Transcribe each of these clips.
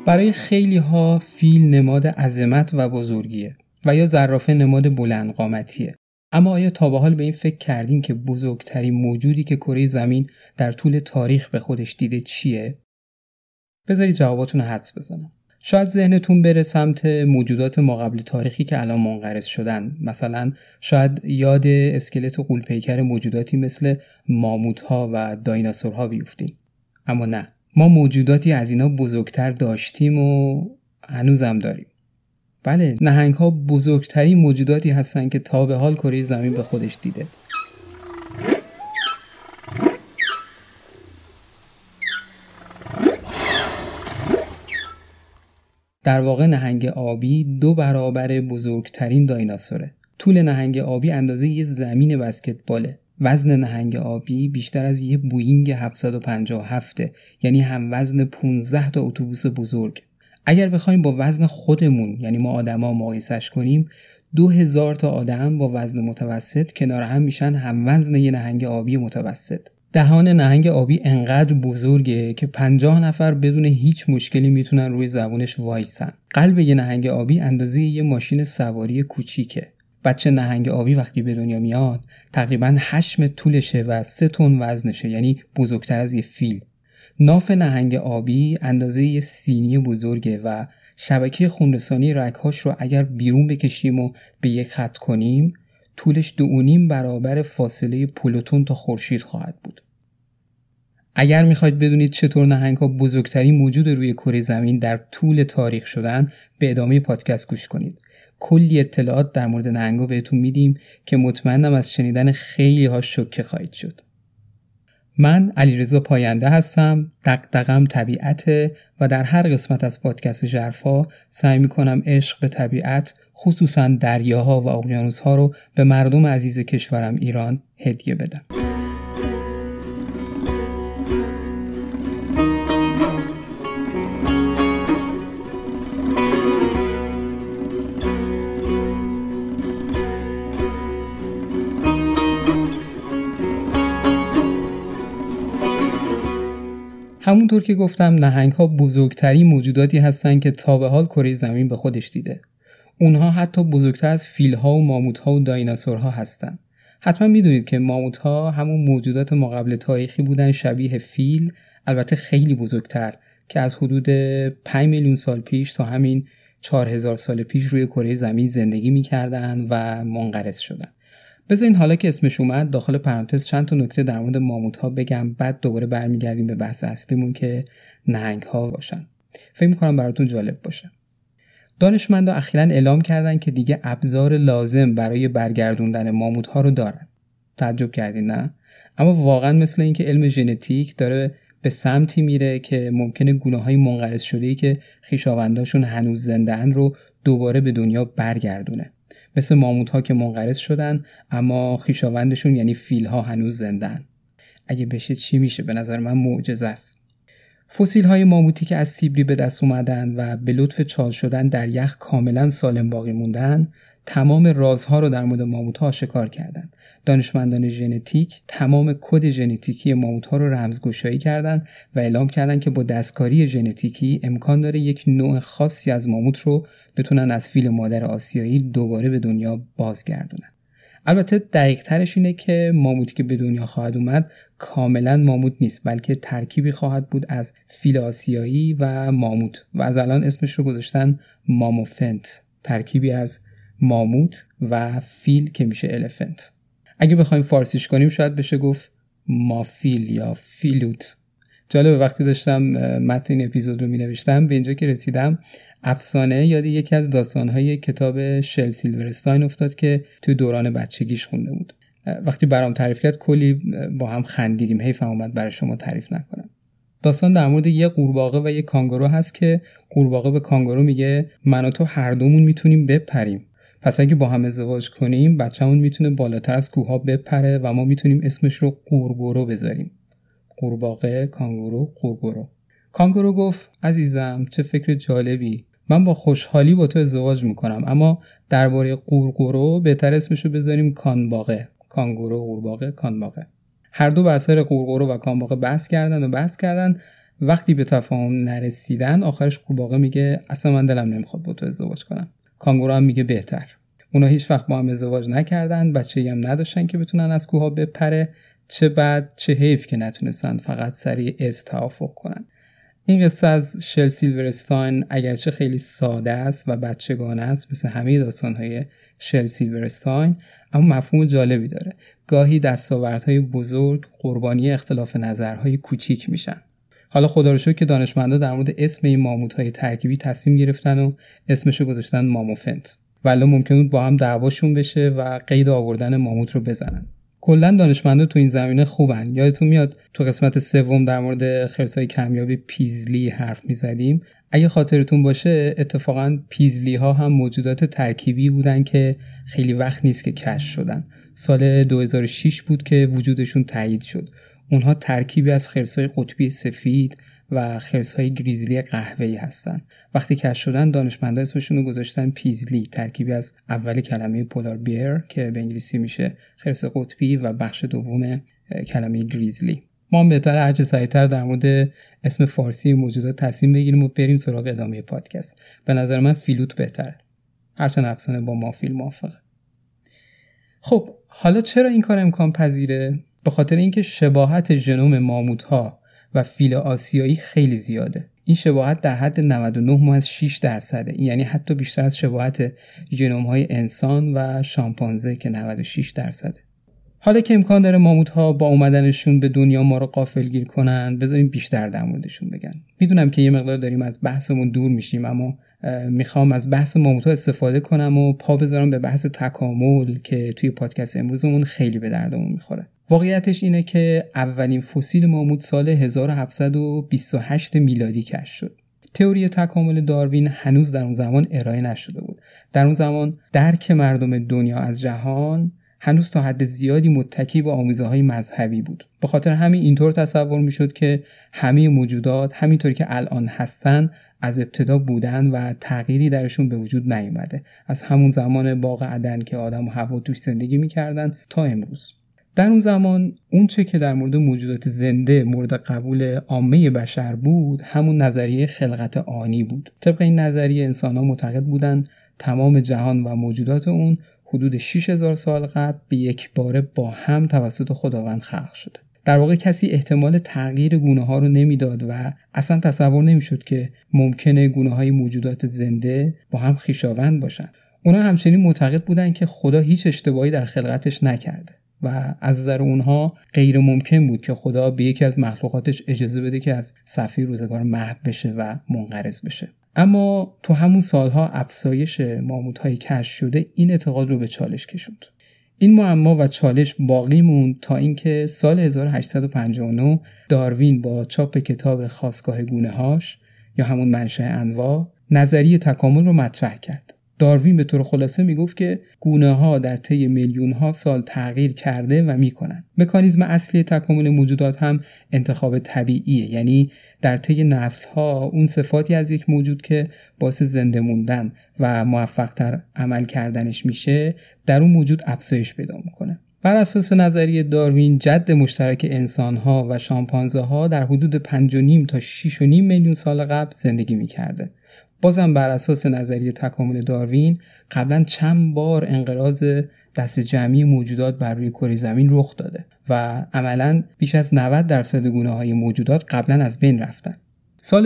برای خیلی ها فیل نماد عظمت و بزرگیه و یا زرافه نماد بلند قامتیه. اما آیا تا به حال به این فکر کردین که بزرگترین موجودی که کره زمین در طول تاریخ به خودش دیده چیه؟ بذارید جواباتون رو حدس بزنم. شاید ذهنتون بره سمت موجودات ماقبل تاریخی که الان منقرض شدن. مثلا شاید یاد اسکلت و غول‌پیکر موجوداتی مثل ماموت‌ها و دایناسورها بیفتین. اما نه، ما موجوداتی از اینا بزرگتر داشتیم و هنوزم داریم. بله، نهنگ‌ها بزرگترین موجوداتی هستن که تا به حال کره زمین به خودش دیده. در واقع نهنگ آبی 2 برابر بزرگترین دایناسوره. طول نهنگ آبی اندازه یه زمین بسکتباله. وزن نهنگ آبی بیشتر از یه بوئینگ 757، یعنی هم وزن 15 تا اتوبوس بزرگ. اگر بخوایم با وزن خودمون، یعنی ما آدما مقایسش کنیم، 2000 تا آدم با وزن متوسط کنار هم میشن هم وزن یه نهنگ آبی متوسط. دهان نهنگ آبی انقدر بزرگه که 50 نفر بدون هیچ مشکلی میتونن روی زبونش وایسن. قلب یه نهنگ آبی اندازه یه ماشین سواری کوچیکه. بچه نهنگ آبی وقتی به دنیا میاد تقریباً 8 متر طولشه و 3 تن وزنشه، یعنی بزرگتر از یه فیل. ناف نهنگ آبی اندازه یه سینی بزرگه و شبکه خونرسانی رگ‌هاش رو اگر بیرون بکشیم و به یک خط کنیم، طولش 2.5 برابر فاصله پلوتون تا خورشید خواهد بود. اگر میخواید بدونید چطور نهنگ‌ها بزرگترین موجود روی کره زمین در طول تاریخ شدن، به ادامه پادکست گوش کنید. کلی اطلاعات در مورد نهنگ‌ها بهتون میدیم که مطمئنم از شنیدن خیلی ها شوکه خواهید شد. من علیرضا پاینده هستم، دغدغه‌ام طبیعته و در هر قسمت از پادکست ژرفا سعی میکنم عشق به طبیعت، خصوصا دریاها و اقیانوس‌ها رو به مردم عزیز کشورم ایران هدیه بدم. همونطور که گفتم، نهنگ‌ها بزرگترین موجوداتی هستن که تا به حال کره زمین به خودش دیده. اونها حتی بزرگتر از فیل‌ها و ماموت‌ها و دایناسورها هستن. حتما میدونید که ماموت‌ها همون موجودات ماقبل تاریخی بودن شبیه فیل، البته خیلی بزرگتر، که از حدود 5 میلیون سال پیش تا همین 4000 سال پیش روی کره زمین زندگی می‌کردن و منقرض شدن. بذارین حالا که اسمش اومد داخل پرانتز چند تا نکته در مورد ماموت‌ها بگم، بعد دوباره برمیگردیم به بحث اصلیمون که نهنگ‌ها باشن. فکر می‌کنم براتون جالب باشه. دانشمندا اخیراً اعلام کردن که دیگه ابزار لازم برای برگردوندن ماموت‌ها رو دارن. تعجب کردین نه؟ اما واقعاً مثل اینکه علم ژنتیک داره به سمتی میره که ممکنه گونه‌های منقرض شده‌ای که خویشاونداشون هنوز زنده‌ان رو دوباره به دنیا برگردونه. مثل ماموت‌ها که منقرض شدن اما خویشاوندشون یعنی فیل‌ها هنوز زنده‌ان. اگه بشه چی میشه؟ به نظر من معجزه است. فسیل‌های ماموتی که از سیبری به دست اومدن و به لطف چال شدن در یخ کاملا سالم باقی موندن، تمام رازها رو در مورد ماموت‌ها آشکار کردن. دانشمندان ژنتیک تمام کد ژنتیکی ماموت‌ها رو رمزگشایی کردن و اعلام کردن که با دستکاری ژنتیکی امکان داره یک نوع خاصی از ماموت رو بتونن از فیل مادر آسیایی دوباره به دنیا بازگردونن. البته دقیق ترش اینه که ماموتی که به دنیا خواهد اومد کاملا ماموت نیست، بلکه ترکیبی خواهد بود از فیل آسیایی و ماموت و از الان اسمش رو گذاشتن ماموفنت، ترکیبی از ماموت و فیل که میشه الفنت. اگه بخوایم فارسیش کنیم شاید بشه گفت مافیل یا فیلوت. جالبه وقتی داشتم متن این اپیزود رو می‌نوشتم به اینجا که رسیدم افسانه یاد یکی از داستان‌های کتاب شل سیلورستاین افتاد که توی دوران بچگیش خونده بود. وقتی برام تعریف کرد کلی با هم خندیدیم، حیفم اومد برای شما تعریف نکنم. داستان در مورد یه قورباغه و یه کانگورو هست که قورباغه به کانگورو میگه من و تو هر دومون میتونیم بپریم. پس اگه با هم ازدواج کنیم بچه‌مون میتونه بالاتر از کوه‌ها بپره و ما میتونیم اسمش رو قورگورو بذاریم. قورباغه، کانگورو، قورگورو. کانگورو گفت عزیزم چه فکر جالبی. من با خوشحالی با تو ازدواج میکنم، اما درباره قورگورو بهتر اسمشو بذاریم کانباغه. کانگورو، قورباغه، کانباغه. هر دو بر سر قورگورو و کانباغه بحث کردن وقتی به تفاهم نرسیدن آخرش قورباغه میگه اصلا من دلم نمیخواد با تو ازدواج کنم. کانگورو هم میگه بهتر. اونا هیچ وقت با هم ازدواج نکردن، بچه‌ای هم نداشتن که بتونن از کوها بپره. چه بد چه حیف که نتونستن فقط سریع از توافق کنن. این قصه از شل سیلورستاین اگرچه خیلی ساده است و بچگانه است مثل همه داستان‌های شل سیلورستاین، اما مفهوم جالبی داره. گاهی دستاوردهای بزرگ قربانی اختلاف نظرهای کوچیک میشن. حالا خدا رو شکر که دانشمندا در مورد اسم این ماموت‌های ترکیبی تصمیم گرفتن و اسمشو گذاشتن ماموفنت. ولی ممکن بود با هم دعواشون بشه و قید آوردن ماموت رو بزنن. کلا دانشمندا تو این زمینه خوبن. یادتون میاد تو قسمت سوم در مورد خرسای کمیاب پیزلی حرف میزدیم. اگه خاطرتون باشه اتفاقا پیزلی ها هم موجودات ترکیبی بودن که خیلی وقت نیست که کشف شدن. سال 2006 بود که وجودشون تایید شد. اونها ترکیبی از خرسای قطبی سفید و خرس‌های گریزلی قهوه‌ای هستن. وقتی کشف شدن دانشمندا اسمشون رو گذاشتن پیزلی، ترکیبی از اول کلمه پولار بیر که به انگلیسی میشه خرس قطبی و بخش دوم کلمه گریزلی. ما هم بهتر هرچه سریعتر در مورد اسم فارسی موجودات تصمیم بگیریم و بریم سراغ ادامه پادکست. به نظر من فیلوت بهتره. هرچند افسانه با مافیل موافقه. خب حالا چرا این کار امکان پذیره؟ به خاطر اینکه شباهت ژنوم ماموت‌ها و فیل آسیایی خیلی زیاده. این شباهت در حد 99.6%، یعنی حتی بیشتر از شباهت ژنوم‌های انسان و شامپانزه که 96%. حالا که امکان داره ماموت‌ها با اومدنشون به دنیا ما رو غافلگیر کنن، بذاریم بیشتر در موردشون بگن. میدونم که یه مقدار داریم از بحثمون دور میشیم، اما میخوام از بحث ماموت‌ها استفاده کنم و پا بذارم به بحث تکامل که توی پادکست امروزمون خیلی به دردمون میخوره. واقعیتش اینه که اولین فسیل ماموت سال 1728 میلادی کشف شد. تئوری تکامل داروین هنوز در اون زمان ارائه نشده بود. در اون زمان درک مردم دنیا از جهان هنوز تا حد زیادی متکی به آمیزه‌های مذهبی بود. به خاطر همین اینطور تصور میشد که همه موجودات همینطوری که الان هستن از ابتدا بودن و تغییری درشون به وجود نیامده. از همون زمان باغ عدن که آدم و حوا توش زندگی میکردن تا امروز. در اون زمان اون چه که در مورد موجودات زنده مورد قبول عامه بشر بود همون نظریه خلقت آنی بود. طبق این نظریه انسان‌ها معتقد بودن تمام جهان و موجودات اون حدود 6000 سال قبل به یک باره با هم توسط خداوند خلق شده. در واقع کسی احتمال تغییر گونه‌ها رو نمیداد و اصلا تصور نمیشد که ممکنه گونه‌های موجودات زنده با هم خویشاوند باشن. اونا همچنین معتقد بودن که خدا هیچ اشتباهی در خلقتش نکرده و از نظر اونها غیر ممکن بود که خدا به یکی از مخلوقاتش اجازه بده که از صفحه روزگار محو بشه و منقرض بشه. اما تو همون سالها افزایش ماموت‌های کشف شده این اعتقاد رو به چالش کشوند. این معما و چالش باقی موند تا اینکه سال 1859 داروین با چاپ کتاب خاستگاه گونه‌هاش یا همون منشأ انواع نظریه تکامل رو مطرح کرد. داروین به طور خلاصه میگفت که گونه‌ها در طی میلیون‌ها سال تغییر کرده و میکنن. مکانیزم اصلی تکامل موجودات هم انتخاب طبیعیه، یعنی در طی نسل‌ها اون صفاتی از یک موجود که باعث زنده موندن و موفق‌تر عمل کردنش میشه در اون موجود افزایش پیدا میکنه. بر اساس نظریه داروین جد مشترک انسان‌ها و شامپانزه‌ها در حدود 5.5 تا 6.5 میلیون سال قبل زندگی میکرده. بازم بر اساس نظریه تکامل داروین قبلا چند بار انقراض دست جمعی موجودات بر روی کره زمین رخ داده و عملاً بیش از 90% گونه‌های موجودات قبلا از بین رفتن. سال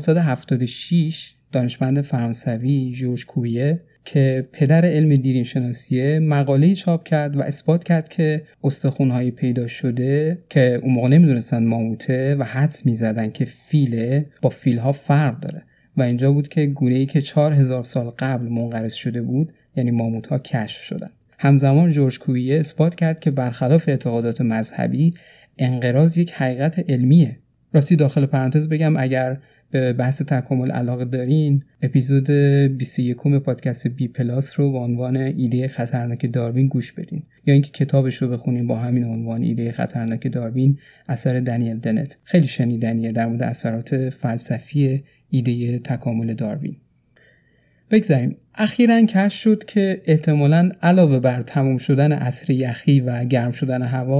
1976 دانشمند فرانسوی ژورژ کویه که پدر علم دیرین شناسیه مقاله‌ای چاپ کرد و اثبات کرد که استخوان‌های پیدا شده که اون موقع نمی‌دونستن ماموته و حدس می‌زدن که فیله با فیل‌ها فرق داره و اینجا بود که گونه‌ای که 4000 سال قبل منقرض شده بود یعنی ماموت‌ها کشف شدن. همزمان ژورژ کویه اثبات کرد که برخلاف اعتقادات مذهبی انقراض یک حقیقت علمیه. راستی داخل پرانتز بگم اگر به بحث تکامل علاقه دارین اپیزود 21 پادکست بی پلاس رو با عنوان ایده خطرناک داروین گوش بدین یا اینکه کتابش رو بخونین با همین عنوان ایده خطرناک داروین اثر دنیل دنت. خیلی شنیدنیه در مورد اثرات فلسفی ایده تکامل داروین. بگذاریم. اخیراً کشف شد که احتمالاً علاوه بر تموم شدن عصر یخی و گرم شدن هوا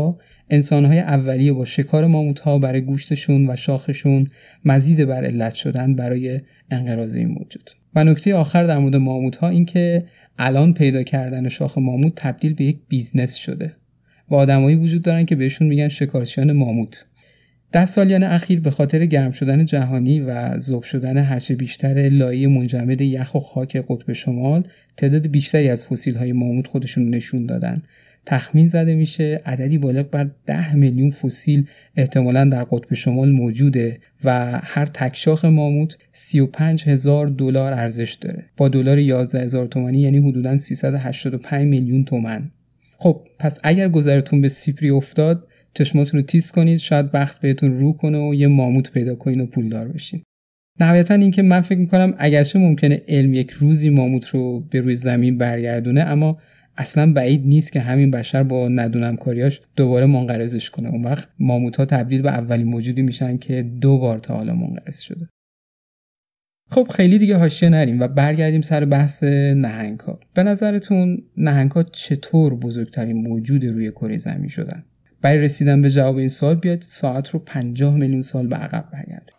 انسان‌های اولیه با شکار ماموت‌ها برای گوشتشون و شاخشون مزید بر علت شدن برای انقراض این موجود. و نکته آخر در مورد ماموت‌ها این که الان پیدا کردن شاخ ماموت تبدیل به یک بیزنس شده و آدمایی وجود دارن که بهشون میگن شکارچیان ماموت. در سالیان اخیر به خاطر گرم شدن جهانی و ذوب شدن هرچه بیشتر لایه منجمد یخ و خاک قطب شمال، تعداد بیشتری از فسیل‌های ماموت خودشون نشون دادن. تخمین زده میشه عددی بالغ بر 10 میلیون فسیل احتمالاً در قطب شمال موجوده و هر تک شاخ ماموت $35,000 ارزش داره. با دلار 11,000 تومانی یعنی حدوداً 385 میلیون تومان. خب پس اگر گذرتون به سیپری افتاد، چشماتون رو تیز کنید، شاید بخت بهتون رو کنه و یه ماموت پیدا کنید و پولدار بشین. نهایتاً این که من فکر میکنم اگرچه ممکنه علم یک روزی ماموت رو به روی زمین برگردونه، اما اصلا بعید نیست که همین بشر با ندونمکاریاش دوباره منقرضش کنه. اون وقت ماموت‌ها تبدیل به اولین موجودی میشن که 2 بار تا حالا منقرض شده. خب خیلی دیگه حاشیه نریم و برگردیم سر بحث نهنگ‌ها. به نظرتون نهنگ‌ها چطور بزرگترین موجود روی کره زمین شدن؟ برای رسیدن به جواب این سوال بیاید ساعت رو 50 میلیون سال به عقب برگردیم.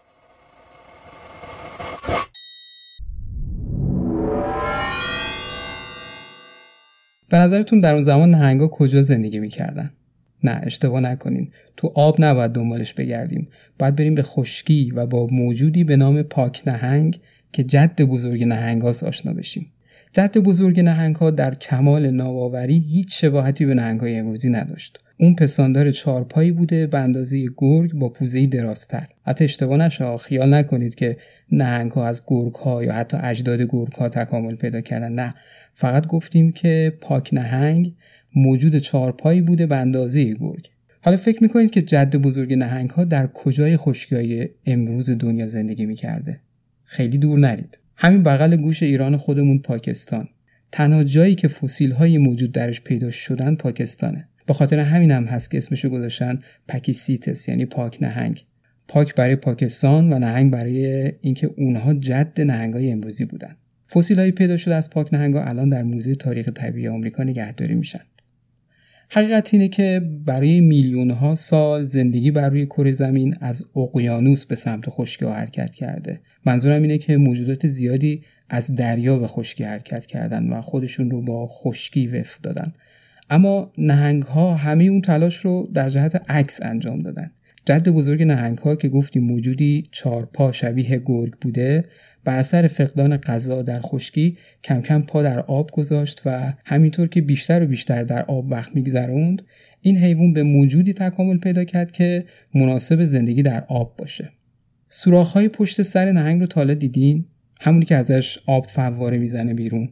به نظرتون در اون زمان نهنگا کجا زندگی میکردن؟ نه اشتباه نکنین، تو آب نباید دنبالش بگردیم، باید بریم به خشکی و با موجودی به نام پاک نهنگ که جد بزرگ نهنگاست آشنا بشیم. جد بزرگ نهنگ‌ها در کمال ناباوری هیچ شباهتی به نهنگ‌های امروزی نداشت. اون پستاندار 4 پایی بوده به اندازه گرگ با پوزه‌ای درازتر. حتی اشتباه نشه، خیال نکنید که نهنگ‌ها از گرگ‌ها یا حتی اجداد گرگ‌ها تکامل پیدا کردن. نه، فقط گفتیم که پاک نهنگ موجود 4 پایی بوده به اندازه گرگ. حالا فکر می‌کنید که جد بزرگ نهنگ‌ها در کجای خشکی‌های امروز دنیا زندگی می‌کرده؟ خیلی دور نرید. همین بغل گوش ایران خودمون پاکستان. تنها جایی که فسیل‌های موجود درش پیدا شدن پاکستانه. به خاطر همین هم هست که اسمشو گذاشتن پاکیسیتس، یعنی پاک نهنگ. پاک برای پاکستان و نهنگ برای اینکه اونها جد نهنگای امروزی بودن. فسیل‌های پیدا شده از پاک نهنگا الان در موزه تاریخ طبیعی آمریکا نگهداری میشن. حقیقت اینه که برای میلیون‌ها سال زندگی بر روی کره زمین از اقیانوس به سمت خشکی حرکت کرده. منظورم اینه که موجودات زیادی از دریا به خشکی حرکت کردن و خودشون رو با خشکی وفق دادن. اما نهنگ‌ها همه اون تلاش رو در جهت عکس انجام دادن. جد بزرگ نهنگ‌ها که گفتیم موجودی 4 پا شبیه گرگ بوده، بر اثر فقدان غذا در خشکی کم کم پا در آب گذاشت و همینطور که بیشتر و بیشتر در آب وقت میگذروند، این حیوان به موجودی تکامل پیدا کرد که مناسب زندگی در آب باشه. سوراخ‌های پشت سر نهنگ رو تا حالا دیدین؟ همونی که ازش آب فواره میزنه بیرون.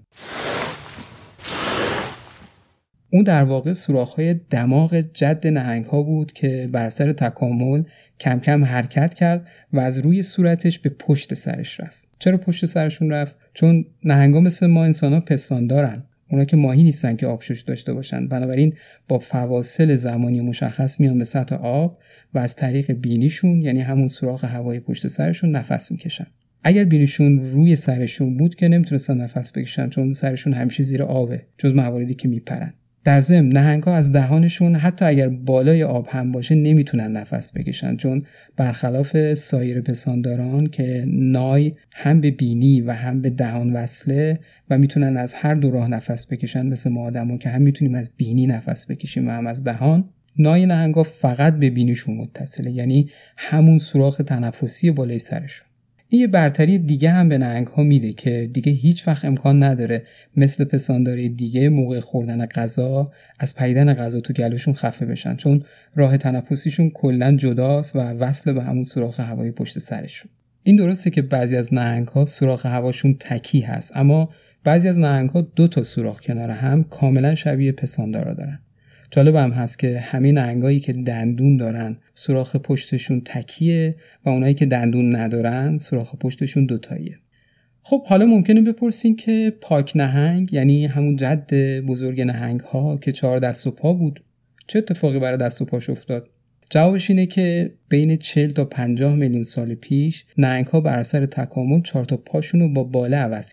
اون در واقع سوراخ‌های دماغ جد نهنگ‌ها بود که بر اثر تکامل کم کم حرکت کرد و از روی صورتش به پشت سرش رفت. چرا پشت سرشون رفت؟ چون نهنگا مثل ما انسان‌ها پستان دارن. اونا که ماهی نیستن که آبشوش داشته باشن. بنابراین با فواصل زمانی مشخص میان به سطح آب و از طریق بینیشون، یعنی همون سوراخ هوایی پشت سرشون، نفس میکشن. اگر بینیشون روی سرشون بود که نمیتونستن نفس بکشن، چون سرشون همیشه زیر آبه، جز مواردی که میپرن. در ضمن نهنگ‌ها از دهانشون حتی اگر بالای آب هم باشه نمیتونن نفس بکشن، چون برخلاف سایر پستانداران که نای هم به بینی و هم به دهان وصله و میتونن از هر دو راه نفس بکشن، مثل ما آدم‌ها که هم میتونیم از بینی نفس بکشیم و هم از دهان، نای نهنگ‌ها فقط به بینیشون متصله، یعنی همون سوراخ تنفسی بالای سرشون. این یه برتری دیگه هم به نهنگ‌ها میده که دیگه هیچ وقت امکان نداره مثل پستاندارای دیگه موقع خوردن غذا از پریدن غذا تو گلوشون خفه بشن، چون راه تنفسیشون کلاً جداست و وصل به همون سوراخ هوایی پشت سرشون. این درسته که بعضی از نهنگ‌ها سوراخ هواشون تکی هست، اما بعضی از نهنگ‌ها 2 تا سوراخ کنار هم کاملاً شبیه پستاندارا دارن. جالب هم هست که همه نهنگایی که دندون دارن سوراخ پشتشون تکیه و اونایی که دندون ندارن سوراخ پشتشون 2 تاییه. خب حالا ممکنه بپرسین که پاک نهنگ، یعنی همون جد بزرگ نهنگ ها که 4 دست و پا بود، چه اتفاقی برای دست و پاش افتاد؟ جوابش اینه که بین 40 تا 50 میلیون سال پیش نهنگ ها بر اثر تکامل 4 تا پاشون رو با باله عوض کردن.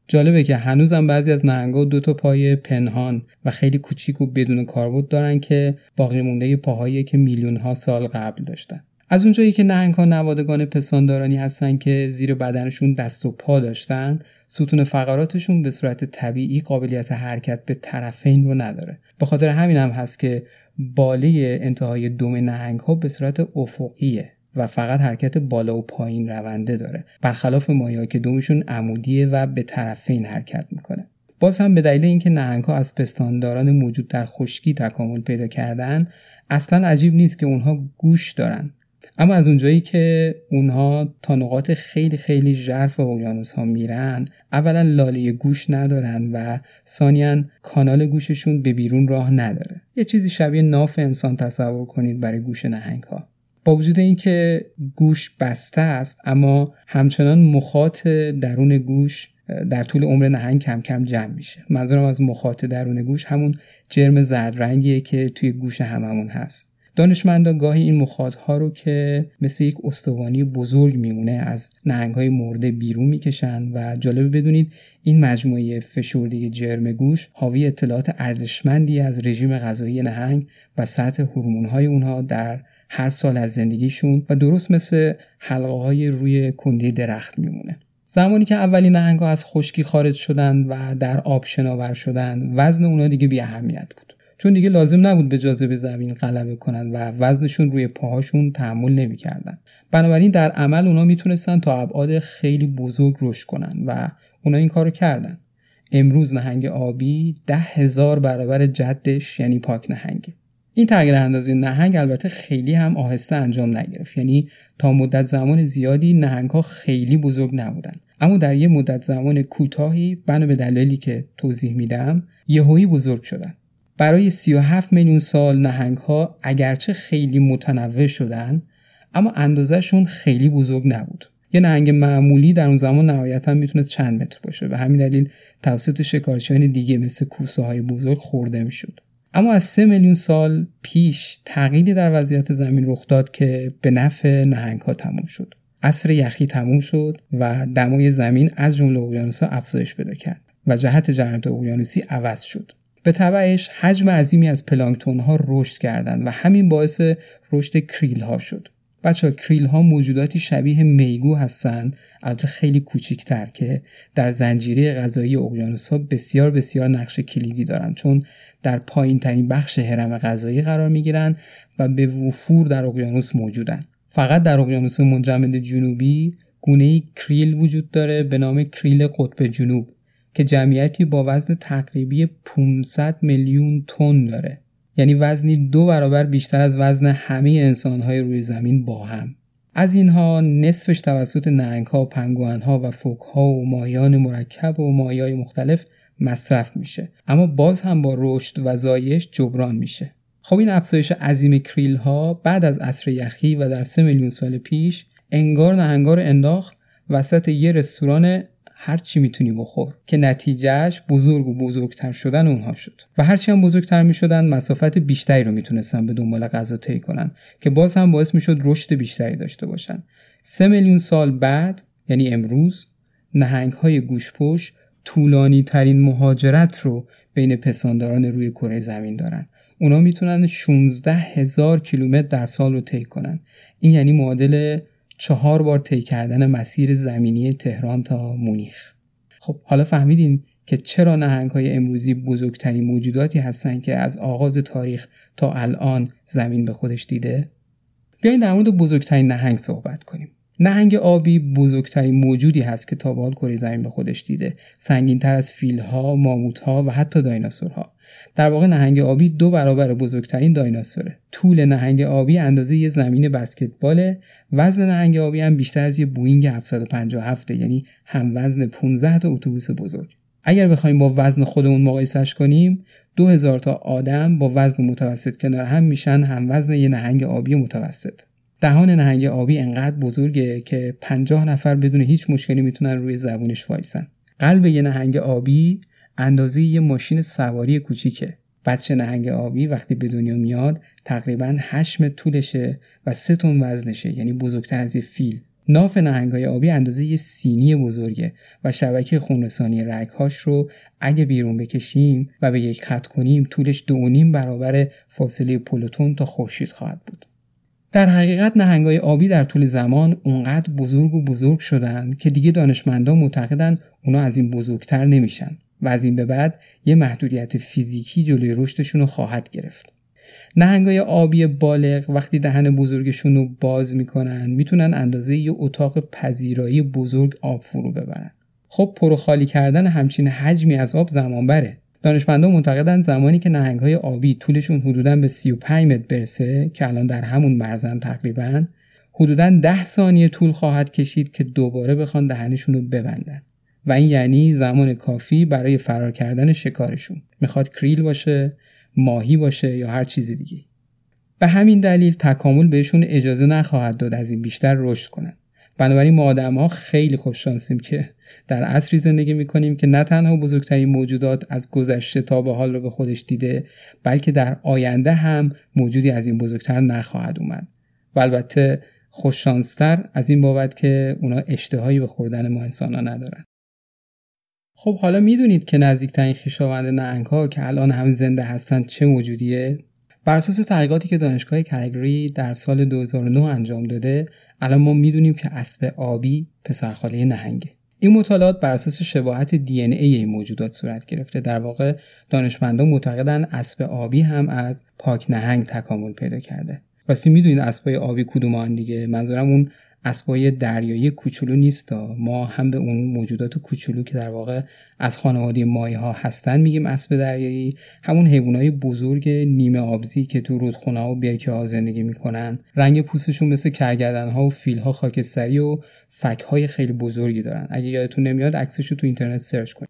جالبه که هنوزم بعضی از نهنگ‌ها 2 تا پای پنهان و خیلی کوچیک و بدون کاربرد دارن که باقی مونده پاهایی که میلیون‌ها سال قبل داشتن. از اونجایی که نهنگ‌ها نوادگان پستاندارانی هستن که زیر بدنشون دست و پا داشتن، ستون فقراتشون به صورت طبیعی قابلیت حرکت به طرفین رو نداره. به خاطر همین هم هست که باله انتهای دم نهنگ‌ها به صورت افقیه و فقط حرکت بالا و پایین رونده داره، برخلاف ماهی‌ها که دمشون عمودیه و به طرفین حرکت میکنه. باز هم به دلیل اینکه نهنگ‌ها از پستانداران موجود در خشکی تکامل پیدا کردن، اصلا عجیب نیست که اونها گوش دارن. اما از اونجایی که اونها تا نقاط خیلی خیلی ژرف اقیانوس‌ها میرن، اولا لاله گوش ندارن و ثانیاً کانال گوششون به بیرون راه نداره. یه چیزی شبیه ناف انسان تصور کنید برای گوش نهنگ‌ها. با وجود اینکه گوش بسته است، اما همچنان مخاط درون گوش در طول عمر نهنگ کم کم جمع میشه. منظورم از مخاط درون گوش همون جرم زرد رنگیه که توی گوش هممون هست. دانشمندان گاهی این مخاط‌ها رو که مثل یک استوانی بزرگ میمونه از نهنگ‌های مرده بیرون میکشن و جالب بدونید این مجموعه فشرده جرم گوش حاوی اطلاعات ارزشمندی از رژیم غذایی نهنگ و سطح هورمون‌های اونها در هر سال از زندگیشون و درست مثل حلقه‌های روی کنده درخت میمونه. زمانی که اولین نهنگ‌ها از خشکی خارج شدن و در آب شناور شدن، وزن اونا دیگه بی اهمیت بود. چون دیگه لازم نبود به جاذبه زمین غلبه کنن و وزنشون روی پاهاشون تحمل نمی‌کردن. بنابراین در عمل اونا میتونستن تا ابعاد خیلی بزرگ رشد کنن و اونا این کارو کردن. امروز نهنگ آبی 10,000 برابر جدش یعنی پاک نهنگه. این تغییر اندازی نهنگ البته خیلی هم آهسته انجام نگرفت، یعنی تا مدت زمان زیادی نهنگ‌ها خیلی بزرگ نبودن، اما در یه مدت زمان کوتاهی بنا به دلایلی که توضیح میدم یهویی بزرگ شدن. برای 37 میلیون سال نهنگ‌ها اگرچه خیلی متنوع شدن، اما اندازه‌شون خیلی بزرگ نبود. یه نهنگ معمولی در اون زمان نهایتاً میتونست چند متر باشه و همین دلیل توسط شکارچیان دیگه مثل کوسه‌های بزرگ خورده میشد. اما از 3 میلیون سال پیش تغییری در وضعیت زمین رخ داد که به نفع نهنگ‌ها تموم شد. عصر یخی تموم شد و دمای زمین از جمله اقیانوس‌ها افزایش پیدا کرد و جهت جریانات اقیانوسی عوض شد. به تبعش حجم عظیمی از پلانکتون‌ها رشد کردند و همین باعث رشد کریل‌ها شد. بچه‌ها کریل‌ها موجوداتی شبیه میگو هستند، البته خیلی کوچیک‌تر، که در زنجیره غذایی اقیانوس‌ها بسیار بسیار نقش کلیدی دارند، چون در پایین‌ترین بخش هرم غذایی قرار می‌گیرند و به وفور در اقیانوس موجودند. فقط در اقیانوس منجمد جنوبی گونه‌ای کریل وجود داره به نام کریل قطب جنوب که جمعیتی با وزن تقریبی 500 میلیون تن داره، یعنی وزنی 2 برابر بیشتر از وزن همه انسان‌های روی زمین با هم. از اینها نصفش توسط نهنگ‌ها، پنگوئن‌ها و فوک‌ها و ماهیان مرکب و ماهی‌های مختلف مصرف میشه، اما باز هم با رشد و زایش جبران میشه. خب این افزایش عظیم کریل‌ها بعد از عصر یخی و در 3 میلیون سال پیش انگار نهنگا رو انداخت وسط یه رستوران هر چی میتونی بخور که نتیجهش بزرگ و بزرگتر شدن اونها شد و هرچی هم بزرگتر میشدن مسافت بیشتری رو میتونستن به دنبال غذا طی کنن که باز هم باعث میشد رشد بیشتری داشته باشن. 3 میلیون سال بعد یعنی امروز نهنگ‌های گوشپشت طولانی ترین مهاجرت رو بین پستانداران روی کره زمین دارن. اونا میتونن 16,000 کیلومتر در سال رو طی کنن. این یعنی معادل 4 بار طی کردن مسیر زمینی تهران تا مونیخ. خب حالا فهمیدین که چرا نهنگ‌های امروزی بزرگترین موجوداتی هستن که از آغاز تاریخ تا الان زمین به خودش دیده؟ بیایید در مورد بزرگترین نهنگ صحبت کنیم. نهنگ آبی بزرگترین موجودی هست که تا به حال کره زمین به خودش دیده، سنگین‌تر از فیل‌ها، ماموت‌ها و حتی دایناسورها. در واقع نهنگ آبی 2 برابر بزرگترین دایناسوره. طول نهنگ آبی اندازه یه زمین بسکتباله، وزن نهنگ آبی هم بیشتر از یه بوئینگ 757، یعنی هم وزن 15 تا اتوبوس بزرگ. اگر بخوایم با وزن خودمون مقایسهش کنیم، 2000 تا آدم با وزن متوسط کنار هم میشن هم وزن یه نهنگ آبی متوسط. دهان نهنگ آبی انقدر بزرگه که 50 نفر بدون هیچ مشکلی میتونن روی زبونش وایسن. قلب یه نهنگ آبی اندازه یه ماشین سواری کوچیکه. بچه نهنگ آبی وقتی به دنیا میاد تقریباً 8 متر طولشه و 3 تن وزنشه، یعنی بزرگتر از یه فیل. ناف نهنگ‌های آبی اندازه یه سینی بزرگه و شبکه خونرسانی رگ‌هاش رو اگه بیرون بکشیم و به یک خط کنیم طولش 2.5 برابر فاصله پلوتون تا خورشید خواهد بود. در حقیقت نهنگ‌های آبی در طول زمان اونقدر بزرگ شدن که دیگه دانشمندان معتقدن اونا از این بزرگتر نمیشن و از این به بعد یه محدودیت فیزیکی جلوی رشدشون رو خواهد گرفت. نهنگ‌های آبی بالغ وقتی دهن بزرگشون رو باز میکنن میتونن اندازه یه اتاق پذیرایی بزرگ آب فرو ببرن. خب پرو خالی کردن همچین حجمی از آب زمان بره. دانشمندان معتقدن زمانی که نهنگ‌های آبی طولشون حدوداً به 35 متر برسه که الان در همون مرزن تقریباً، حدوداً 10 ثانیه طول خواهد کشید که دوباره بخوان دهنشون رو ببندن و این یعنی زمان کافی برای فرار کردن شکارشون. میخواد کریل باشه، ماهی باشه یا هر چیز دیگه. به همین دلیل تکامل بهشون اجازه نخواهد داد از این بیشتر رشد کنن. بنابراین ما آدم‌ها خیلی خوش شانسیم که در عصری زندگی می‌کنیم که نه تنها بزرگترین موجودات از گذشته تا به حال رو به خودش دیده، بلکه در آینده هم موجودی از این بزرگتر نخواهد اومد. و البته خوش شانستر از این بابت که اونا اشتهایی به خوردن ما انسان‌ها ندارن. خب حالا میدونید که نزدیکترین خویشاوند نهنگ‌ها که الان هم زنده هستن چه موجودیه؟ بر اساس تحقیقاتی که دانشگاه کلگری در سال 2009 انجام داده، الان ما میدونیم که اسب آبی پسرخاله نهنگه. این مطالعات بر اساس شباهت دی ان ای این موجودات صورت گرفته. در واقع دانشمندان معتقدن اسب آبی هم از پاک نهنگ تکامل پیدا کرده. راستی میدونید اسبای آبی کدومان دیگه؟ منظورم اون اسبای دریایی کوچولو نیست. ما هم به اون موجودات کوچولو که در واقع از خانواده ماهی‌ها هستن میگیم اسب دریایی، همون حیوانات بزرگ نیمه آبزی که تو رودخونه‌ها و برکه‌ها زندگی میکنن. رنگ پوستشون مثل کرگدن‌ها و فیل‌ها خاکستری و فک‌های خیلی بزرگی دارن. اگه یادتون نمیاد عکسشو تو اینترنت سرچ کنید.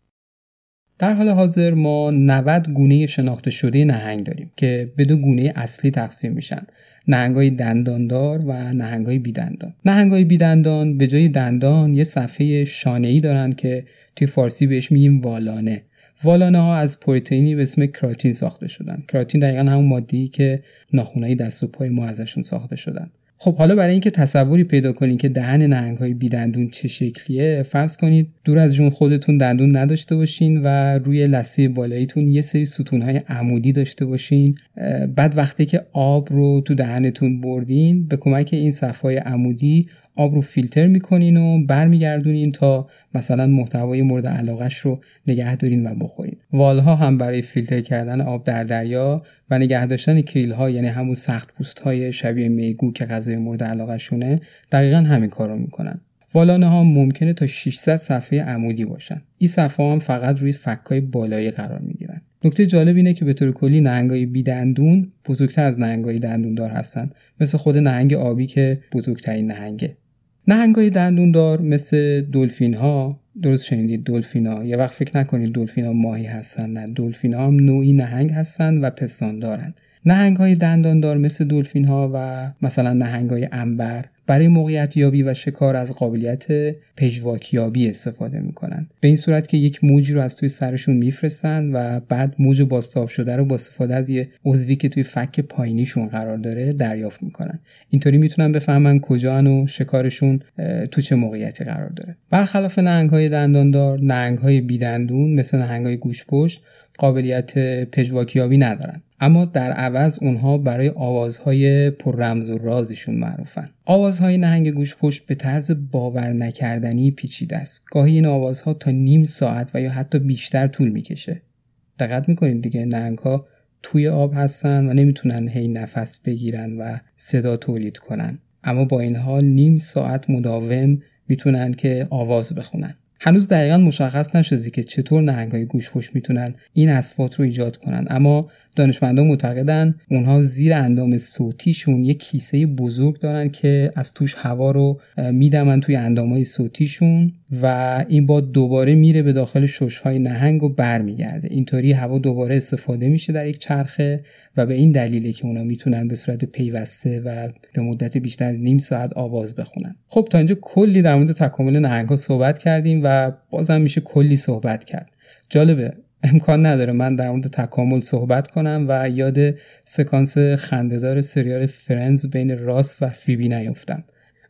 در حال حاضر ما 90 گونه شناخته شده نهنگ داریم که به 2 گونه اصلی تقسیم میشن: نهنگ‌های دنداندار و نهنگ‌های بی‌دندان. نهنگ‌های بی‌دندان به جای دندان یه صفحه شانه‌ای دارن که توی فارسی بهش میگیم والانه. والانه ها از پروتئینی به اسم کراتین ساخته شدن. کراتین دقیقاً همون ماده‌ای که ناخن‌های دست و پای ما ازشون ساخته شدن. خب حالا برای اینکه تصوری پیدا کنین که دهن نهنگ‌های بی‌دندون چه شکلیه، فرض کنید دور از جون خودتون دندون نداشته باشین و روی لثه بالاییتون یه سری ستون‌های عمودی داشته باشین. بعد وقتی که آب رو تو دهنتون بردین، به کمک این صفحه‌های عمودی آب رو فیلتر میکنین و برمیگردونین تا مثلا محتوای مورد علاقه‌اش رو نگه دارین و بخورین. والها هم برای فیلتر کردن آب در دریا و نگه داشتن کریل ها، یعنی همون سخت پوست های شبیه میگو که غذای مورد علاقه شونه، دقیقاً همین کارو میکنن. والانه ها ممکنه تا 600 صفحه عمودی باشن. این صفحه هم فقط روی فک‌های بالایی قرار میگیرن. نکته جالب اینه که به طور کلی نهنگ‌های بی‌دندون بزرگتر از نهنگ‌های دندوندار هستن، مثل خود نهنگ آبی که بزرگترین نهنگه. نهنگ‌های دندوندار مثل دلفین‌ها، درست شنیدید دلفین‌ها، یه وقت فکر نکنید دلفین‌ها ماهی هستن، نه، دلفین‌ها هم نوعی نهنگ هستن و پستان دارن. نهنگ‌های دنداندار مثل دلفین‌ها و مثلا نهنگ‌های عنبر برای موقعیت یابی و شکار از قابلیت پژواک یابی استفاده میکنن. به این صورت که یک موجی رو از توی سرشون میفرستن و بعد موج بازتاب شده رو با استفاده از یه عضوی که توی فک پایینیشون قرار داره دریافت میکنن. اینطوری میتونن بفهمن کجان و شکارشون تو چه موقعیتی قرار داره. برخلاف نهنگ‌های دنداندار، نهنگ‌های بی‌دندون مثل نهنگ‌های گوشت‌پشت قابلیت پژواک یابی ندارن، اما در عوض اونها برای آوازهای پر رمز و رازشون معروفن. آوازهای نهنگ گوشت‌پشت به طرز باور نکردنی پیچیده است. گاهی این آوازها تا نیم ساعت و یا حتی بیشتر طول میکشه. دقت میکنید دیگه، نهنگ‌ها توی آب هستن و نمیتونن هی نفس بگیرن و صدا تولید کنن، اما با این حال نیم ساعت مداوم میتونن که آواز بخونن. هنوز دقیقاً مشخص نشده که چطور نهنگ‌های گوشت‌پشت میتونن این اصوات رو ایجاد کنن، اما دانشمندان معتقدن اونها زیر اندام صوتیشون یک کیسه بزرگ دارن که از توش هوا رو میدمن توی اندامای صوتیشون و این باد دوباره میره به داخل شش‌های نهنگ و برمیگرده. اینطوری هوا دوباره استفاده میشه در یک چرخه و به این دلیله که اونا میتونن به صورت پیوسته و به مدت بیشتر از نیم ساعت آواز بخونن. خب تا اینجا کلی در مورد تکامل نهنگ‌ها صحبت کردیم و بازم میشه کلی صحبت کرد. جالبه، امکان نداره من در مورد تکامل صحبت کنم و یاد سکانس خنده‌دار سریال فرندز بین راس و فیبی نیفتم.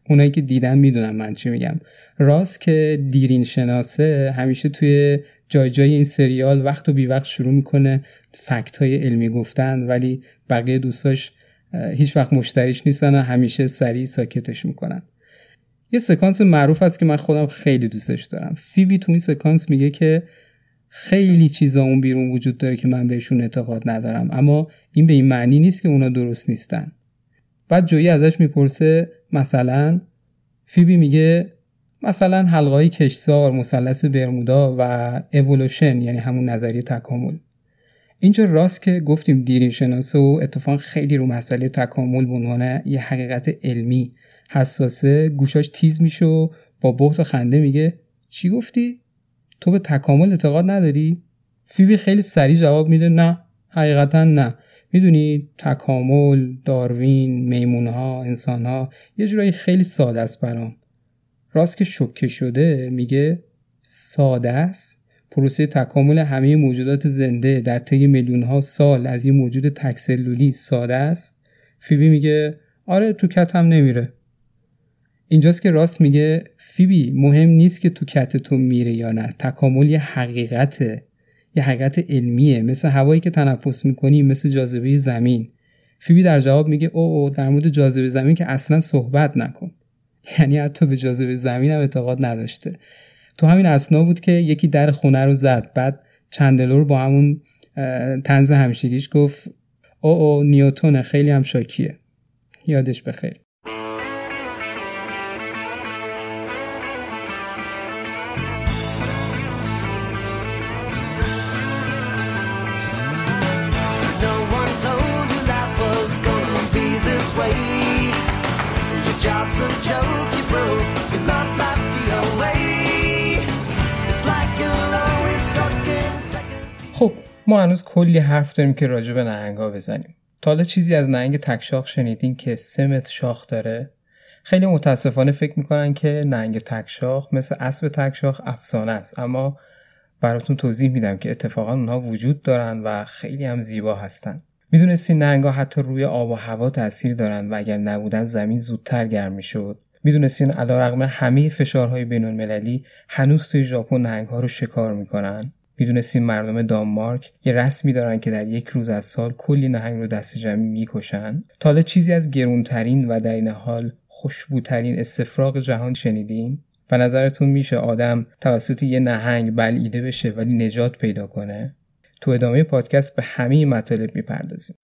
اونایی که دیدن میدونن من چی میگم. راس که دیرین شناسه همیشه توی جای این سریال وقت و بی وقت شروع میکنه فکت های علمی گفتن، ولی بقیه دوستاش هیچ وقت مشتریش نیستن و همیشه سریع ساکتش میکنن. یه سکانس معروف هست که من خودم خیلی دوستش دارم. فیبی تو این سکانس میگه که خیلی چیزا اون بیرون وجود داره که من بهشون اعتقاد ندارم، اما این به این معنی نیست که اونا درست نیستن. بعد جویی ازش میپرسه مثلا، فیبی میگه مثلا حلقه‌های کشسار، مثلث برمودا و اِوولوشن، یعنی همون نظریه تکامل. اینجا راست که گفتیم دیرین شناسه و اتفاقا خیلی رو مسئله تکامل به عنوان یه حقیقت علمی حساسه، گوشاش تیز میشه و با بهت و خنده میگه چی گفتی؟ تو به تکامل اعتقاد نداری؟ فیبی خیلی سریع جواب میده نه، حقیقتا نه. میدونی تکامل، داروین، میمونها، انسانها یه جورایی خیلی ساده است برام. راست که شوکه شده میگه ساده است؟ پروسه تکامل همه موجودات زنده در طی میلیون‌ها سال از یه موجود تک‌سلولی ساده است؟ فیبی میگه آره، تو کتم نمیره. اینجاست که راست میگه فیبی مهم نیست که تو کت تو میره یا نه، تکامل یه حقیقته، یه حقیقت علمیه، مثل هوایی که تنفس میکنی، مثل جاذبه زمین. فیبی در جواب میگه او در مورد جاذبه زمین که اصلا صحبت نکن. یعنی حتی به جاذبه زمین هم اعتقاد نداشته. تو همین اثنا بود که یکی در خونه رو زد، بعد چندلر با همون طنز همیشگیش گفت او نیوتن خیلی هم شاکیه. یادش بخیر. خب ما هنوز کلی حرف داریم که راجع به نهنگ‌ها بزنیم. تا حالا چیزی از نهنگ تکشاخ شنیدین که 3 متر شاخ داره؟ خیلی متاسفانه فکر میکنن که نهنگ تکشاخ مثل اسب تکشاخ افسانه است، اما براتون توضیح میدم که اتفاقا اونها وجود دارن و خیلی هم زیبا هستن. میدونستین نهنگ‌ها حتی روی آب و هوا تأثیر دارن و اگر نبودن زمین زودتر گرم میشد؟ میدونستین علیرغم همه فشارهای بین‌المللی هنوز توی ژاپن نهنگ‌ها رو شکار میکنن؟ میدونستین مردم دانمارک یه رسمی دارن که در یک روز از سال کلی نهنگ رو دست جمعی میکشن؟ تا حالا چیزی از گرونترین و در این حال خوشبوترین استفراغ جهان شنیدین؟ به نظرتون میشه آدم توسط یه نهنگ بلعیده بشه ولی نجات پیدا کنه؟ تو ادامه پادکست به همه مطالب میپردازیم.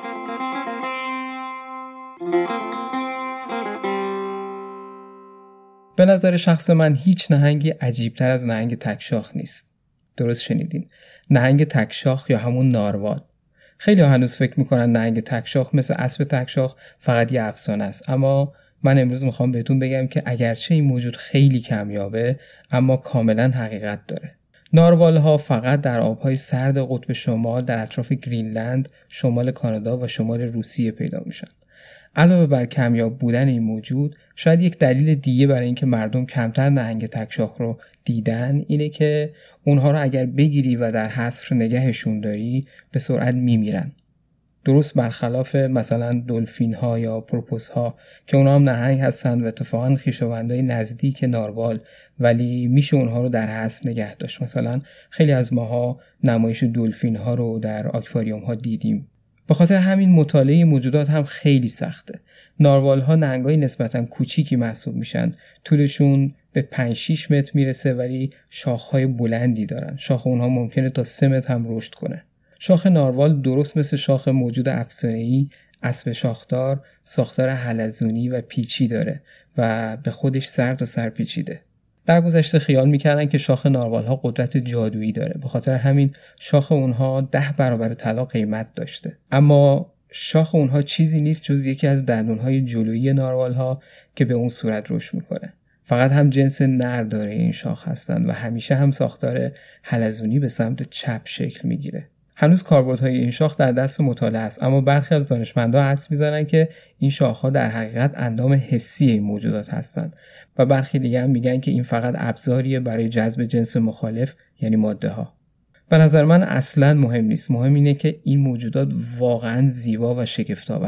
به نظر شخص من هیچ نهنگی عجیبتر از نهنگ تکشاخ نیست. درست شنیدین، نهنگ تکشاخ یا همون ناروال. خیلی هنوز فکر میکنن نهنگ تکشاخ مثل اسب تکشاخ فقط یه افسانه است، اما من امروز میخوام بهتون بگم که اگرچه این موجود خیلی کمیابه اما کاملا حقیقت داره. ناروال ها فقط در آبهای سرد قطب شمال در اطراف گرینلند، شمال کانادا و شمال روسیه پیدا میشن. علاوه بر کمیاب بودن این موجود، شاید یک دلیل دیگه برای اینکه مردم کمتر نهنگ تکشاخ رو دیدن اینه که اونها رو اگر بگیری و در حصر نگهشون داری به سرعت میمیرن. درست برخلاف مثلا دلفین ها یا پروپوس ها که اونها هم نهنگ هستن و اتفاقا خویشاوندای نزدیک ناروال، ولی میشه اونها رو در حصر نگه داشت. مثلا خیلی از ماها نمایش دلفین ها رو در آکواریوم ها دیدیم. به خاطر همین مطالعه موجودات هم خیلی سخته. ناروال ها نهنگای نسبتا کوچیکی محسوب میشن. طولشون به 5-6 متر میرسه ولی شاخهای بلندی دارن. شاخ اونها ممکنه تا 3 متر هم رشد کنه. شاخ ناروال درست مثل شاخ موجود افسانه‌ای اسب شاخدار ساختار حلزونی و پیچی داره و به خودش سر تا سر پیچیده. در گذشته خیال میکردن که شاخ ناروال ها قدرت جادویی داره، به خاطر همین شاخ اونها 10 برابر طلا قیمت داشته. اما شاخ اونها چیزی نیست جز یکی از دندونهای جلویی ناروال ها که به اون صورت رشد میکنه. فقط هم جنس نر داره این شاخ هستن و همیشه هم ساختار حلزونی به سمت چپ شکل میگیره. هنوز کاربردهای این شاخ در دست مطالعه است، اما برخی از دانشمندان حدس میزنن که این شاخ‌ها در حقیقت اندام حسی این موجودات هستند و برخی دیگه هم میگن که این فقط ابزاریه برای جذب جنس مخالف، یعنی ماده ها. به نظر من اصلاً مهم نیست. مهم اینه که این موجودات واقعاً زیبا و شگفت‌آورن.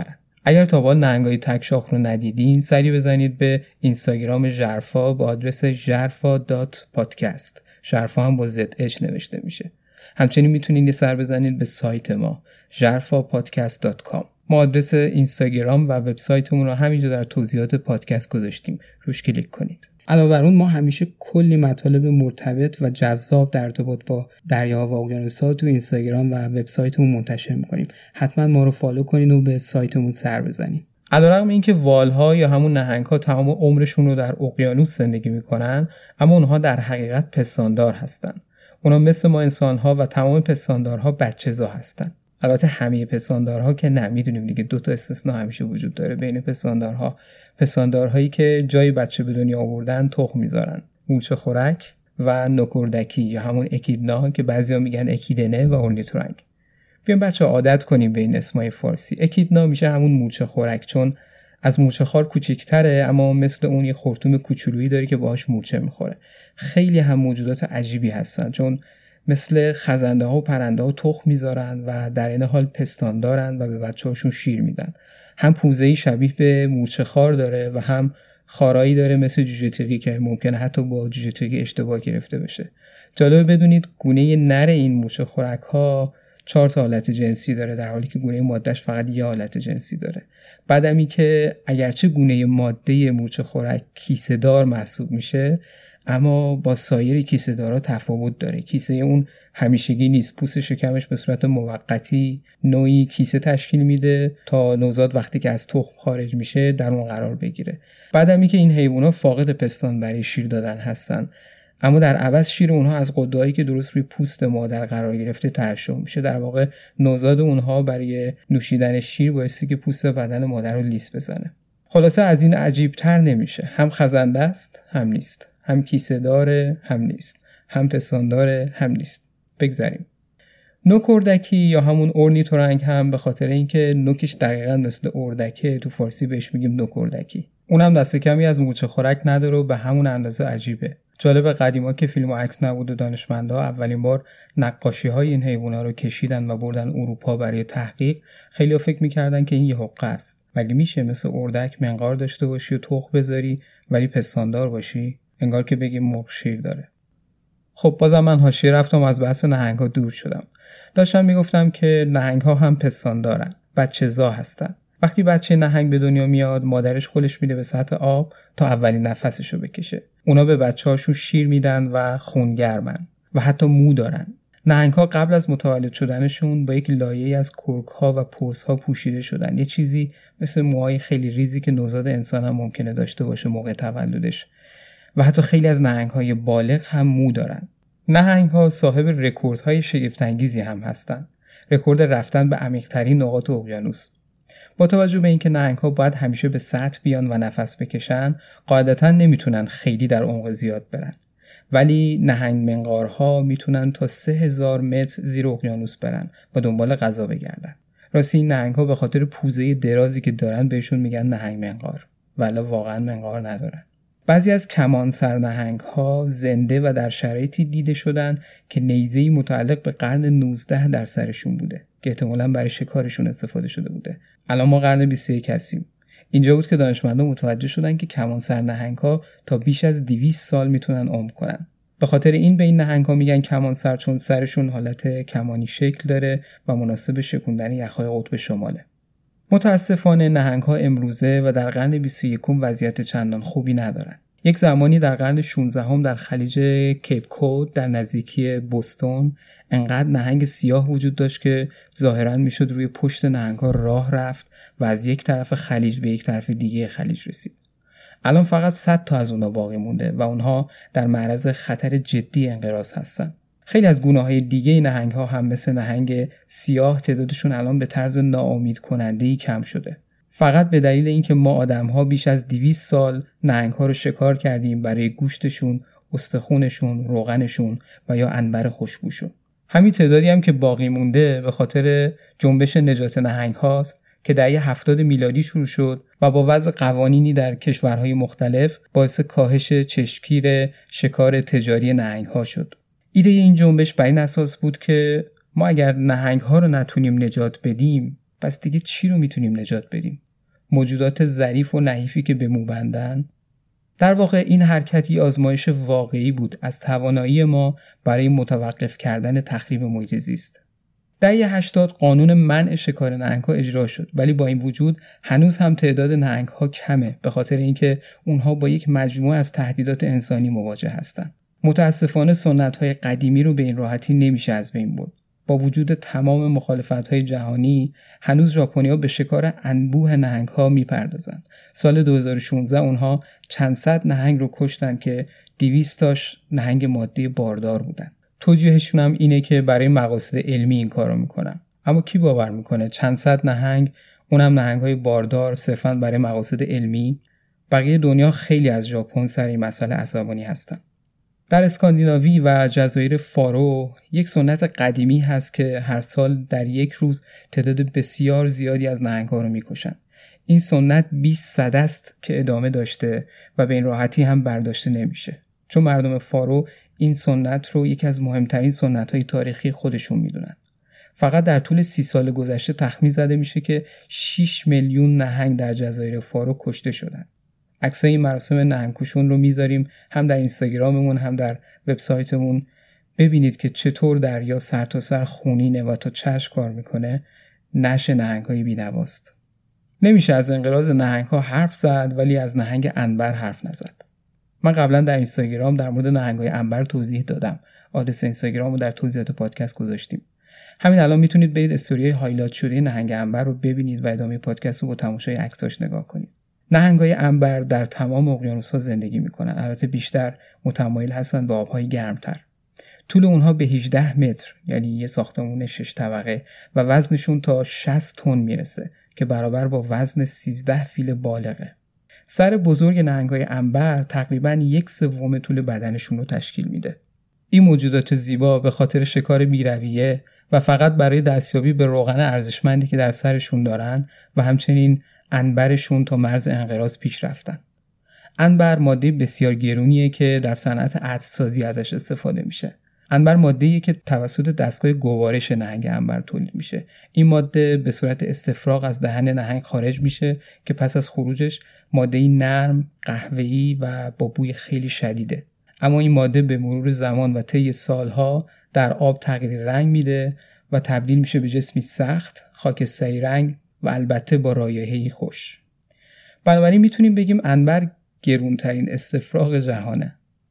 اگر تا حالا نهنگای تک شاخ رو ندیدین، سری بزنید به اینستاگرام ژرفا با آدرس ژرفا.podcast. ژرفا هم با ZH نوشته میشه. همچنین میتونید یه سر بزنید به سایت ما ژرفاپادکست.com. ما آدرس اینستاگرام و وبسایتمون رو همینجا در توضیحات پادکست گذاشتیم. روش کلیک کنید. علاوه بر اون ما همیشه کلی مطالب مرتبط و جذاب در ارتباط با دریاها و اقیانوس‌ها تو اینستاگرام و وبسایتمون منتشر می‌کنیم. حتما ما رو فالو کنین و به سایتمون سر بزنین. علیرغم اینکه والها یا همون نهنگ‌ها تمام عمرشون رو در اقیانوس زندگی می‌کنن، اما اونها در حقیقت پستاندار هستن. اونا مثل ما انسان‌ها و تمام پستاندارها بچه‌زا هستن. البته همه پستاندارها که نمیدونیم دیگه، 2 تا استثناء همیشه وجود داره بین پستاندارها. پستاندارهایی که جای بچه به دنیا آوردن تخم میذارن، مورچه خورک و نوکردکی یا همون اکیدنا که بعضیا میگن اکیدنه و اورنیتورنگ. بیایم بچه عادت کنیم به این اسمای فارسی. اکیدنا میشه همون مورچه خورک، چون از مورچه خوار کوچیک‌تره اما مثل اون یه خرطوم کوچولویی داره که باهاش مورچه میخوره. خیلی هم موجودات عجیبی هستن، چون مثل خزنده ها و پرنده ها تخم میذارن و در این حال پستان دارن و به بچه هاشون شیر میدن. هم پوزه‌ای شبیه به مورچه خار داره و هم خارایی داره مثل جوجه تیغی که ممکنه حتی با جوجه تیغی اشتباه گرفته بشه. جالبه بدونید گونه نر این مورچه خورک ها 4 تا حالت جنسی داره، در حالی که گونه مادهش فقط 1 حالت جنسی داره. بعدمی که اگرچه گونه ماده مورچه خورک کیسه دار محسوب میشه، اما با سایر کیسه دارا تفاوت داره. کیسه اون همیشگی نیست. پوست شکمش به صورت موقتی نوعی کیسه تشکیل میده تا نوزاد وقتی که از تخم خارج میشه در اون قرار بگیره. بعدمی که این حیونا فاقد پستان برای شیر دادن هستن، اما در عوض شیر اونها از غده‌ای که درست روی پوست مادر قرار گرفته ترشح میشه. در واقع نوزاد اونها برای نوشیدن شیر بایستی که پوست بدن مادر رو لیس بزنه. خلاصه از این عجیب‌تر نمیشه. هم خزنده است، هم نیست. هم کیسه داره، هم نیست. هم پستان داره، هم نیست. بگذاریم. نوک اردکی یا همون اورنیتورنگ هم به خاطر اینکه نوکش دقیقاً مثل اردکه تو فارسی بهش میگیم نوک اردکی. اونم دست کمی از مورچه خورک نداره و به همون اندازه عجیبه. جالب قدیما که فیلم و عکس نبود و دانشمندا اولین بار نقاشی‌های این حیونا رو کشیدن و بردن اروپا برای تحقیق، خیلی‌ها فکر می‌کردن که این یه حقه است. مگه میشه مثل اردک منقار داشته باشی و تخم بذاری ولی پستاندار باشی؟ انگار که بگیم مرغ شیر داره. خب بازم من حاشیه رفتم، از بحث نهنگ‌ها دور شدم. داشتم میگفتم که نهنگ‌ها هم پستان دارن، بچه‌زا هستن. وقتی بچه نهنگ به دنیا میاد، مادرش خودش میده به سطح آب تا اولین نفسشو بکشه. اونا به بچه‌هاشون شیر میدن و خونگرمن و حتی مو دارن. نهنگ‌ها قبل از متولد شدنشون با یک لایه‌ای از کرک‌ها و پرس‌ها پوشیده شدن. یه چیزی مثل موهای خیلی ریزی که نوزاد انسان هم ممکنه داشته باشه موقع تولدش. و حتی خیلی از نهنگ‌های بالغ هم مو دارن. نهنگ‌ها صاحب رکوردهای شگفت‌انگیزی هم هستن. رکورد رفتن به عمیق‌ترین نقاط اقیانوس. با توجه به اینکه نهنگ‌ها باید همیشه به سطح بیان و نفس بکشن، قاعدتاً نمیتونن خیلی در عمق زیاد برن. ولی نهنگ منقارها میتونن تا 3000 متر زیر اقیانوس برن و دنبال غذا بگردن. راستی این نهنگ‌ها به خاطر پوزه درازی که دارن بهشون میگن نهنگ منقار، ولی واقعاً منقار ندارن. بعضی از کمانسر نهنگ‌ها زنده و در شرایطی دیده شدن که نیزه‌ای متعلق به قرن 19 در سرشون بوده که احتمالاً برای شکارشون استفاده شده بوده. الان ما قرن 21 هستیم. اینجا بود که دانشمندان متوجه شدن که کمانسر نهنگ‌ها تا بیش از 200 سال میتونن عمر کنن. به خاطر این به این نهنگ‌ها میگن کمانسر، چون سرشون حالت کمانی شکل داره و مناسب شکوندن یخ‌های قطب شماله. متاسفانه نهنگ‌ها امروزه و در قرن 21 وضعیت چندان خوبی ندارن. یک زمانی در قرن 16 در خلیج کیپ کود در نزدیکی بوستون انقدر نهنگ سیاه وجود داشت که ظاهراً میشد روی پشت نهنگ‌ها راه رفت و از یک طرف خلیج به یک طرف دیگه خلیج رسید. الان فقط 100 تا از اونها باقی مونده و اونها در معرض خطر جدی انقراض هستن. خیلی از گونه‌های دیگه نهنگ‌ها هم مثل نهنگ سیاه تعدادشون الان به طرز ناامید کننده‌ای کم شده. فقط به دلیل اینکه ما آدم‌ها بیش از 200 سال نهنگ‌ها رو شکار کردیم برای گوشتشون، استخونشون، روغنشون و یا عنبر خوشبوشون. همین تعدادی هم که باقی مونده به خاطر جنبش نجات نهنگ‌هاست که دهه 70 میلادی شروع شد و با وضع قوانینی در کشورهای مختلف باعث کاهش چشمگیر شکار تجاری نهنگ‌ها شد. ایده این جنبش بر این اساس بود که ما اگر نهنگ‌ها رو نتونیم نجات بدیم، پس دیگه چی رو میتونیم نجات بدیم؟ موجودات ظریف و نحیفی که به مو بندن. در واقع این حرکتی آزمایش واقعی بود از توانایی ما برای متوقف کردن تخریب محیط زیست. دهه 80 قانون منع شکار نهنگ‌ها اجرا شد، ولی با این وجود هنوز هم تعداد نهنگ‌ها کمه به خاطر اینکه اونها با یک مجموعه از تهدیدات انسانی مواجه هستند. متاسفانه سنت‌های قدیمی رو به این راحتی نمیشه از بین برد. با وجود تمام مخالفت‌های جهانی هنوز ژاپنی‌ها به شکار انبوه نهنگ‌ها می‌پردازند. سال 2016 اونها چند صد نهنگ رو کشتن که 200 تاش نهنگ ماده باردار بودن. توجیهشون هم اینه که برای مقاصد علمی این کارو میکنن. اما کی باور میکنه چند صد نهنگ، اونم نهنگ‌های باردار، صرفاً برای مقاصد علمی؟ بقیه دنیا خیلی از ژاپن سر این مسئله عصبانی هستن. در اسکاندیناوی و جزایر فارو یک سنت قدیمی هست که هر سال در یک روز تعداد بسیار زیادی از نهنگ‌ها رو میکشن. این سنت 20 سده است که ادامه داشته و به این راحتی هم برداشته نمیشه. چون مردم فارو این سنت رو یکی از مهمترین سنت‌های تاریخی خودشون میدونن. فقط در طول 30 سال گذشته تخمین زده میشه که 6 میلیون نهنگ در جزایر فارو کشته شدن. عکسای این مراسم نهنگکشون رو میذاریم هم در اینستاگراممون هم در وبسایتمون. ببینید که چطور دریا سرتاسر خونینه و تا چشم کار میکنه. نش نهنگ‌های بی‌نواست. نمیشه از انقراض نهنگ‌ها حرف زد ولی از نهنگ عنبر حرف نزد. من قبلا در اینستاگرام در مورد نهنگ‌های عنبر توضیح دادم. آدرس اینستاگرام رو در توضیحات پادکست گذاشتیم. همین الان میتونید برید استوری هایلایت شده نهنگ عنبر رو ببینید و ادامه پادکست رو با تماشای عکساش نگاه کنید. نهنگ‌های عنبر در تمام اقیانوس‌ها زندگی می‌کنن. البته بیشتر متمایل هستن به آب‌های گرم‌تر. طول اونها به 18 متر، یعنی یه ساختمان 6 طبقه، و وزنشون تا 60 تن میرسه که برابر با وزن 13 فیل بالغه. سر بزرگ نهنگ‌های عنبر تقریباً 1/3 طول بدنشون رو تشکیل میده. این موجودات زیبا به خاطر شکار بی‌رویه و فقط برای دستیابی به روغن ارزشمندی که در سرشون دارن و همچنین عنبرشون تا مرز انقراض پیش رفتن. عنبر ماده بسیار گرونیه که در صنعت عطرسازی ازش استفاده میشه. عنبر ماده‌ایه که توسط دستگاه گوارش نهنگ عنبر تولید میشه. این ماده به صورت استفراغ از دهن نهنگ خارج میشه که پس از خروجش ماده‌ای نرم، قهوه‌ای و با بوی خیلی شدیده. اما این ماده به مرور زمان و طی سالها در آب تغییر رنگ میده و تبدیل میشه به جسمی سخت، خاکستری رنگ و البته با رایحه‌ای خوش. بنابراین میتونیم بگیم عنبر گرونترین استفراغ جهانه.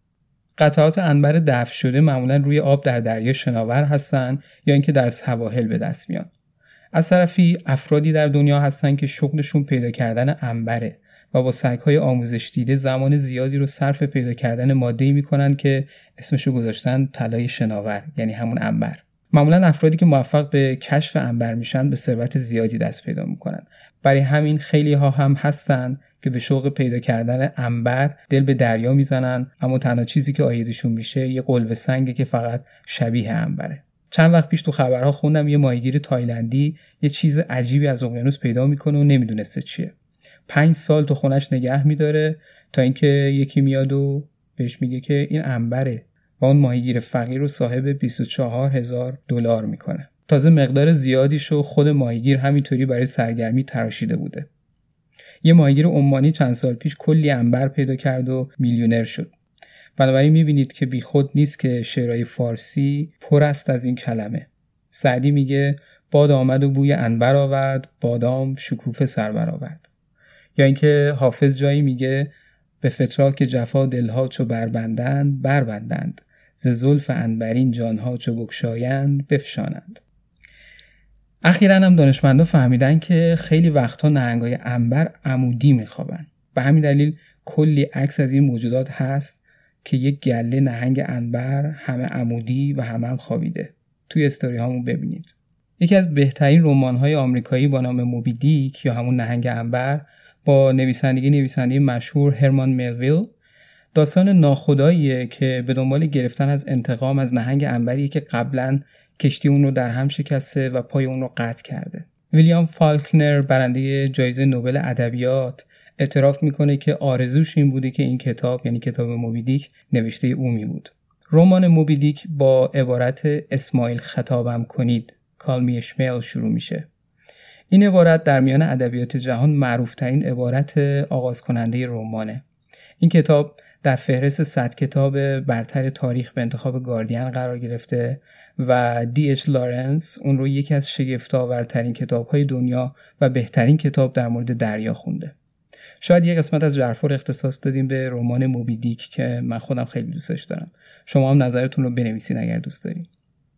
قطعات عنبر دفع شده معمولا روی آب در دریا شناور هستن یا اینکه در سواحل به دست میان. از طرفی افرادی در دنیا هستن که شغلشون پیدا کردن عنبره و با سعی‌های آموزش دیده زمان زیادی رو صرف پیدا کردن ماده‌ای میکنن که اسمشو گذاشتن طلای شناور، یعنی همون عنبر. معمولا افرادی که موفق به کشف عنبر میشن به ثروت زیادی دست پیدا میکنن. برای همین خیلی ها هم هستن که به شوق پیدا کردن عنبر دل به دریا میزنن، اما تنها چیزی که عایدشون میشه یه قلوه سنگه که فقط شبیه عنبره. چند وقت پیش تو خبرها خوندم یه ماهیگیر تایلندی یه چیز عجیبی از اقیانوس پیدا میکنه و نمیدونسته چیه. 5 سال تو خونش نگه میداره تا اینکه یکی میاد و بهش میگه که این عنبره و اون ماهیگیر فقیر رو صاحب 24,000 دلار میکنه. تازه مقدار زیادیشو خود ماهیگیر همینطوری برای سرگرمی تراشیده بوده. یه ماهیگیر عمانی چند سال پیش کلی عنبر پیدا کرد و میلیونر شد. بنابراین میبینید که بیخود نیست که شعرهای فارسی پر است از این کلمه. سعدی میگه باد آمد و بوی عنبر آورد، بادام شکوفه سر برآورد. یا اینکه حافظ جایی میگه به فتراک جفا دلها چو بربندند، ز زلف عنبرین جانها چو بگشایند بفشانند. اخیراً هم دانشمندا فهمیدن که خیلی وقتا نهنگای عنبر عمودی میخوابن. به همین دلیل کلی عکس از این موجودات هست که یک گله نهنگ عنبر همه عمودی و همه هم خوابیده. توی استوری هامون ببینید. یکی از بهترین رمان‌های آمریکایی با نام موبی دیک یا همون نهنگ عنبر با نویسنده مشهور هرمان ملویل، داستان ناخداییه که به دنبال گرفتن از انتقام از نهنگ عنبری که قبلاً کشتی اون رو در هم شکسته و پای اون رو قطع کرده. ویلیام فالکنر برنده جایزه نوبل ادبیات اعتراف میکنه که آرزوش این بوده که این کتاب، یعنی کتاب موبی دیک، نوشته او می بود. رمان موبی دیک با عبارت اسماعیل خطابم کنید، کال می اشمایل، شروع میشه. این عبارت در میان ادبیات جهان معروفترین عبارت آغاز کننده رمانه. این کتاب در فهرست 100 کتاب برتر تاریخ به انتخاب گاردین قرار گرفته و D.H. لارنس اون رو یکی از شگفت‌آورترین کتاب‌های دنیا و بهترین کتاب در مورد دریا خونده. شاید یک قسمت از ژرفا رو اختصاص دادیم به رمان موبی دیک که من خودم خیلی دوستش دارم. شما هم نظرتون رو بنویسین اگر دوست دارین.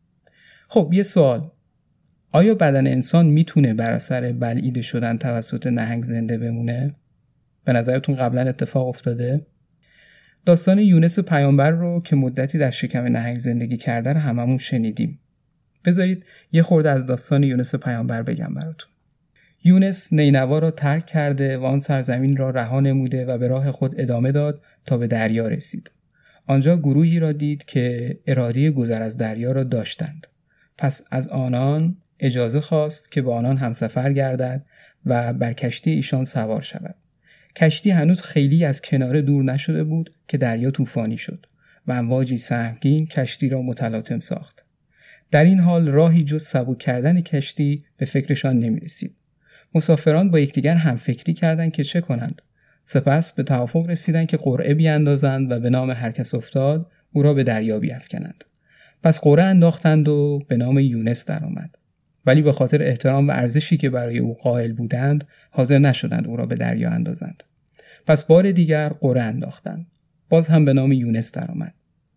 خب یه سوال، آیا بدن انسان میتونه بر اثر بلعیده شدن توسط نهنگ زنده بمونه؟ به نظرتون قبلا اتفاق افتاده؟ داستان یونس پیامبر رو که مدتی در شکم نهنگ زندگی کرده رو هممون شنیدیم. بذارید یه خورده از داستان یونس پیامبر بگم براتون. یونس نینوا را ترک کرده و آن سرزمین را رها نموده و به راه خود ادامه داد تا به دریا رسید. آنجا گروهی را دید که اراده گذر از دریا را داشتند. پس از آنان اجازه خواست که با آنان همسفر گردد و بر کشتی ایشان سوار شود. کشتی هنوز خیلی از کناره دور نشده بود که دریا طوفانی شد و امواجی سهمگین کشتی را متلاطم ساخت. در این حال راهی جز سبک کردن کشتی به فکرشان نمی رسید. مسافران با یکدیگر هم فکری کردند که چه کنند. سپس به توافق رسیدند که قرعه بیاندازند و به نام هر کس افتاد او را به دریا بیفکنند. پس قرعه انداختند و به نام یونس درآمد. ولی به خاطر احترام و ارزشی که برای او قائل بودند حاضر نشدند او را به دریا اندازند. پس بار دیگر قرعه انداختند. باز هم به نام یونس درآمد.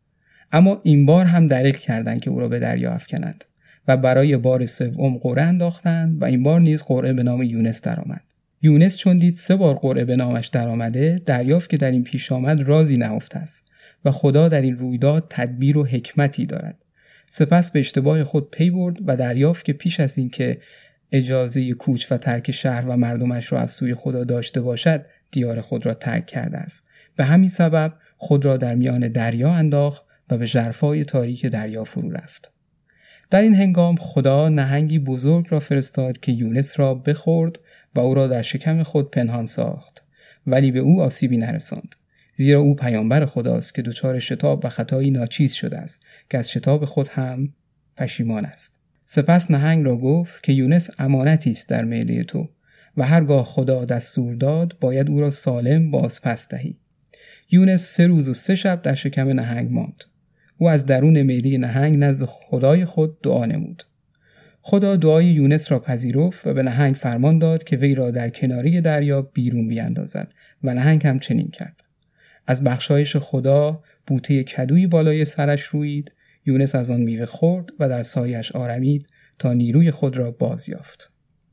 اما این بار هم دریغ کردند که او را به دریا افکنند و برای بار سوم قرعه انداختند و این بار نیز قرعه به نام یونس درآمد. یونس چون دید 3 بار قرعه به نامش درآمده، دریافت که در این پیش آمد رازی نهفته است و خدا در این رویداد تدبیر و حکمتی دارد. سپس به اشتباه خود پی برد و دریافت که پیش از این که اجازه کوچ و ترک شهر و مردمش را از سوی خدا داشته باشد، دیار خود را ترک کرده است. به همین سبب خود را در میان دریا انداخت و به ژرفای تاریک دریا فرو رفت. در این هنگام خدا نهنگی بزرگ را فرستاد که یونس را بخورد و او را در شکم خود پنهان ساخت، ولی به او آسیبی نرساند، زیرا او پیامبر خداست که دچار شتاب و خطایی ناچیز شده است که از شتاب خود هم پشیمان است. سپس نهنگ را گفت که یونس امانتی است در معده تو و هرگاه خدا دستور داد باید او را سالم باز پس دهی. یونس 3 روز و 3 شب در شکم نهنگ ماند. او از درون معده نهنگ نزد خدای خود دعا نمود. خدا دعای یونس را پذیرفت و به نهنگ فرمان داد که وی را در کناره دریا بیرون بیاندازد و نهنگ هم چنین کرد. از بخشایش خدا بوته کدویی بالای سرش رویید. یونس از آن میوه خورد و در سایش آرمید تا نیروی خود را باز یافت.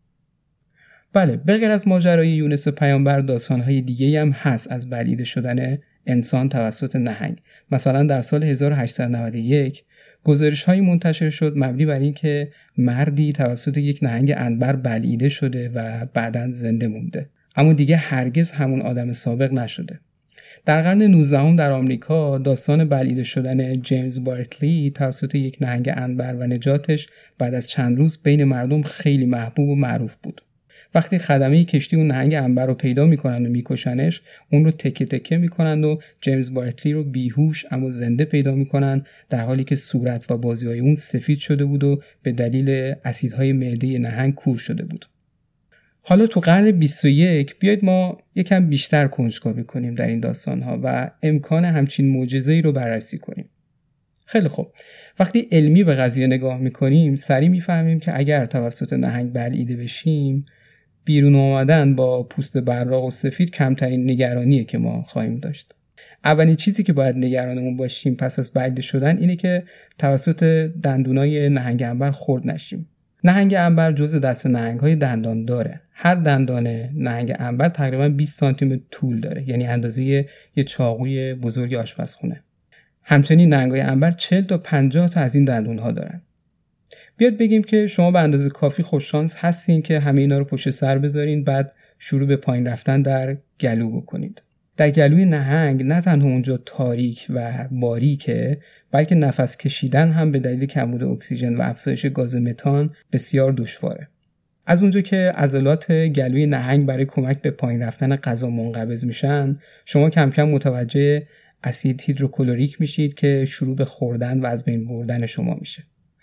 بله، بغیر از ماجرای یونس پیامبر داستان‌های دیگه‌ای هم هست از بلعیده شدن انسان توسط نهنگ. مثلا در سال 1891 گزارش‌هایی منتشر شد مبنی بر این که مردی توسط یک نهنگ عنبر بلعیده شده و بعداً زنده مونده، اما دیگه هرگز همون آدم سابق نشده. در قرن 19 در آمریکا داستان بلعیده شدن جیمز بارکلی توسط یک نهنگ عنبر و نجاتش بعد از چند روز بین مردم خیلی محبوب و معروف بود. وقتی خدمه کشتی اون نهنگ عنبر رو پیدا میکنن و میکشنش، اون رو تکه تکه میکنن و جیمز بارکلی رو بیهوش اما زنده پیدا میکنن، در حالی که صورت و بازوهای اون سفید شده بود و به دلیل اسیدهای معده نهنگ کور شده بود. حالا تو قرن 21 بیاید ما یکم بیشتر کنجکاوی کنیم در این داستان‌ها و امکان همچین معجزه‌ای رو بررسی کنیم. خیلی خوب، وقتی علمی به قضیه نگاه میکنیم سریع میفهمیم که اگر توسط نهنگ بلعیده بشیم، بیرون آمدن با پوست براق و سفید کمترین نگرانیه که ما خواهیم داشت. اولین چیزی که باید نگرانمون باشیم پس از بلعیده شدن اینه که توسط دندونای نهنگ عنبر خورد نشیم. نهنگ عنبر جزء دست نهنگ‌های دندان داره. هر دندان نهنگ عنبر تقریباً 20 سانتی متر طول داره، یعنی اندازه یه چاقوی بزرگ آشپزخونه. همچنین نهنگ‌های عنبر 40 تا 50 تا از این دندون‌ها دارن. بیاد بگیم که شما به اندازه کافی خوششانس هستین که همه اینا رو پشت سر بذارین، بعد شروع به پایین رفتن در گلو بکنید. در گلوی نهنگ نه تنها اونجا تاریک و باریکه، بلکه نفس کشیدن هم به دلیل کمبود اکسیژن و افزایش گاز متان بسیار دشواره. از اونجا که عضلات گلوی نهنگ برای کمک به پایین رفتن غذا منقبض میشن، شما کم کم متوجه اسید هیدروکلوریک میشید که شروع به خوردن و از بین بردن شما میشه.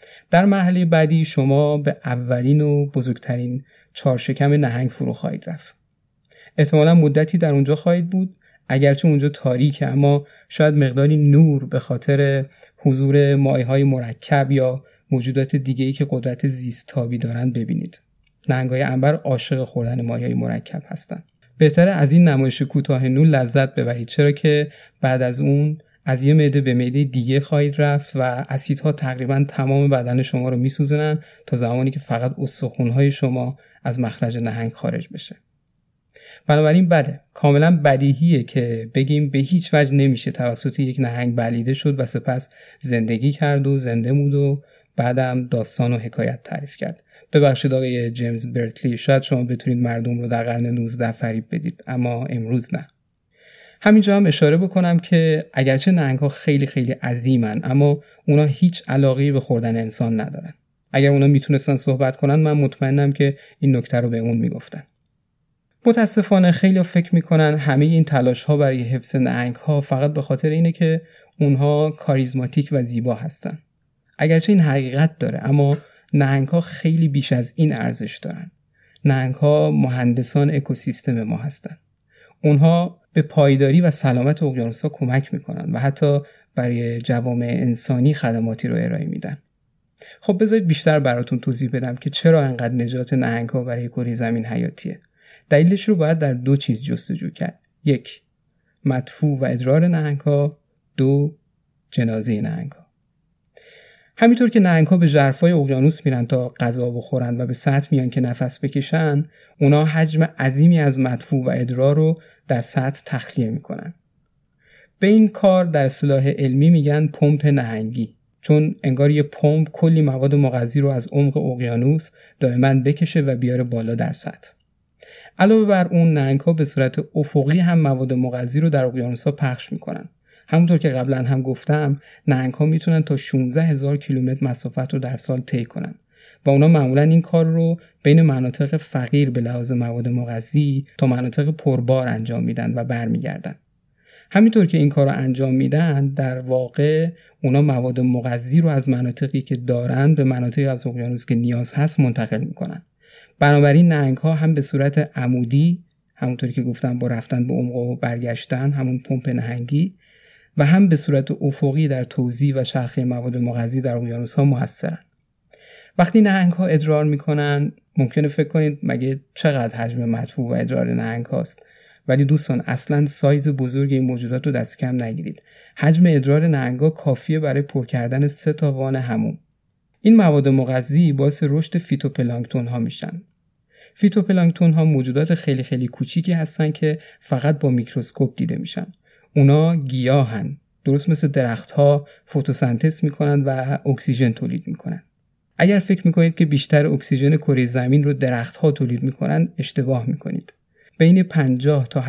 در مرحله بعدی شما به اولین و بزرگترین چارشکم نهنگ فرو خواهید رفت. احتمالاً مدتی در اونجا خواهید بود، اگرچه اونجا تاریکه، اما شاید مقداری نور به خاطر حضور مایع‌های مرکب یا موجودات دیگه‌ای که قدرت زیستابی دارن ببینید. نهنگ‌های عنبر عاشق خوردن مایع‌های مرکب هستن. بهتره از این نمایش کوتاه نور لذت ببرید، چرا که بعد از اون از یه معده به معده دیگه خواهید رفت و اسیدها تقریباً تمام بدن شما رو میسوزونن تا زمانی که فقط استخوان‌های شما از مخرج نهنگ خارج بشه. بنابراین بله، کاملا بدیهیه که بگیم به هیچ وجه نمیشه توسط یک نهنگ بلیده شد و سپس زندگی کرد و زنده موند و بعدم داستان و حکایت تعریف کرد. ببخشید آقای جیمز برکلی، شاید شما بتونید مردم رو در قرن 19 فریب بدید، اما امروز نه. همینجا هم اشاره بکنم که اگرچه نهنگ‌ها خیلی خیلی عظیمن، اما اونا هیچ علاقه‌ای به خوردن انسان ندارن. اگر اونا میتونستن صحبت کنن، من مطمئنم که این نکته رو به اون میگفتن. متاسفانه خیلی فکر میکنن همه این تلاش‌ها برای حفظ نهنگ‌ها فقط به خاطر اینه که اونها کاریزماتیک و زیبا هستن. اگرچه این حقیقت داره، اما نهنگ‌ها خیلی بیش از این ارزش دارن. نهنگ‌ها مهندسان اکوسیستم ما هستن. اونها به پایداری و سلامت اقیانوس‌ها کمک میکنن و حتی برای جوامع انسانی خدماتی رو ارائه میدن. خب بذارید بیشتر براتون توضیح بدم که چرا انقدر نجات نهنگ‌ها برای کره زمین حیاتیه. دلیلش رو باید در 2 چیز جستجو کرد. 1. مدفوع و ادرار نهنگ‌ها. 2. جنازه نهنگ‌ها. همینطور که نهنگ‌ها به ژرفای اقیانوس میرن تا غذا بخورن و به سطح میان که نفس بکشن، اونا حجم عظیمی از مدفوع و ادرار رو در سطح تخلیه میکنن. به این کار در اصطلاح علمی میگن پمپ نهنگی، چون انگار یه پمپ کلی مواد مغذی رو از عمق اقیانوس دائما بکشه و بیاره بالا در سطح. علاوه بر اون، نهنگ‌ها به صورت افقی هم مواد مغذی رو در اقیانوس‌ها پخش میکنن. همونطور که قبلا هم گفتم، نهنگ‌ها میتونن تا 16000 کیلومتر مسافت رو در سال طی کنن و اونا معمولا این کار رو بین مناطق فقیر به لحاظ مواد مغذی تا مناطق پربار انجام میدن و برمیگردن. همینطور که این کار رو انجام میدن، در واقع اونا مواد مغذی رو از مناطقی که دارن به مناطقی از اقیانوس که نیاز هست منتقل میکنن. بنابراین نهنگ‌ها هم به صورت عمودی، همونطوری که گفتم با رفتن به عمق و برگشتن، همون پمپ نهنگی، و هم به صورت افقی در توزیع و چرخه مواد مغذی در اقیانوس‌ها موثرن. وقتی نهنگ‌ها ادرار میکنن، ممکنه فکر کنید مگه چقدر حجم مدفوع و ادرار نهنگ هاست؟ ولی دوستان، اصلاً سایز بزرگ این موجودات رو دست کم نگیرید. حجم ادرار نهنگ‌ها کافیه برای پر کردن 3 تا وان حموم. این مواد مغذی باعث رشد فیتوپلانکتون ها میشن. فیتوپلانکتون ها موجودات خیلی خیلی کوچیکی هستن که فقط با میکروسکوپ دیده میشن. اونا گیاهن، درست مثل درخت‌ها فتوسنتز میکنن و اکسیژن تولید میکنن. اگر فکر میکنید که بیشتر اکسیژن کره زمین رو درخت‌ها تولید میکنن، اشتباه میکنید. بین 50 تا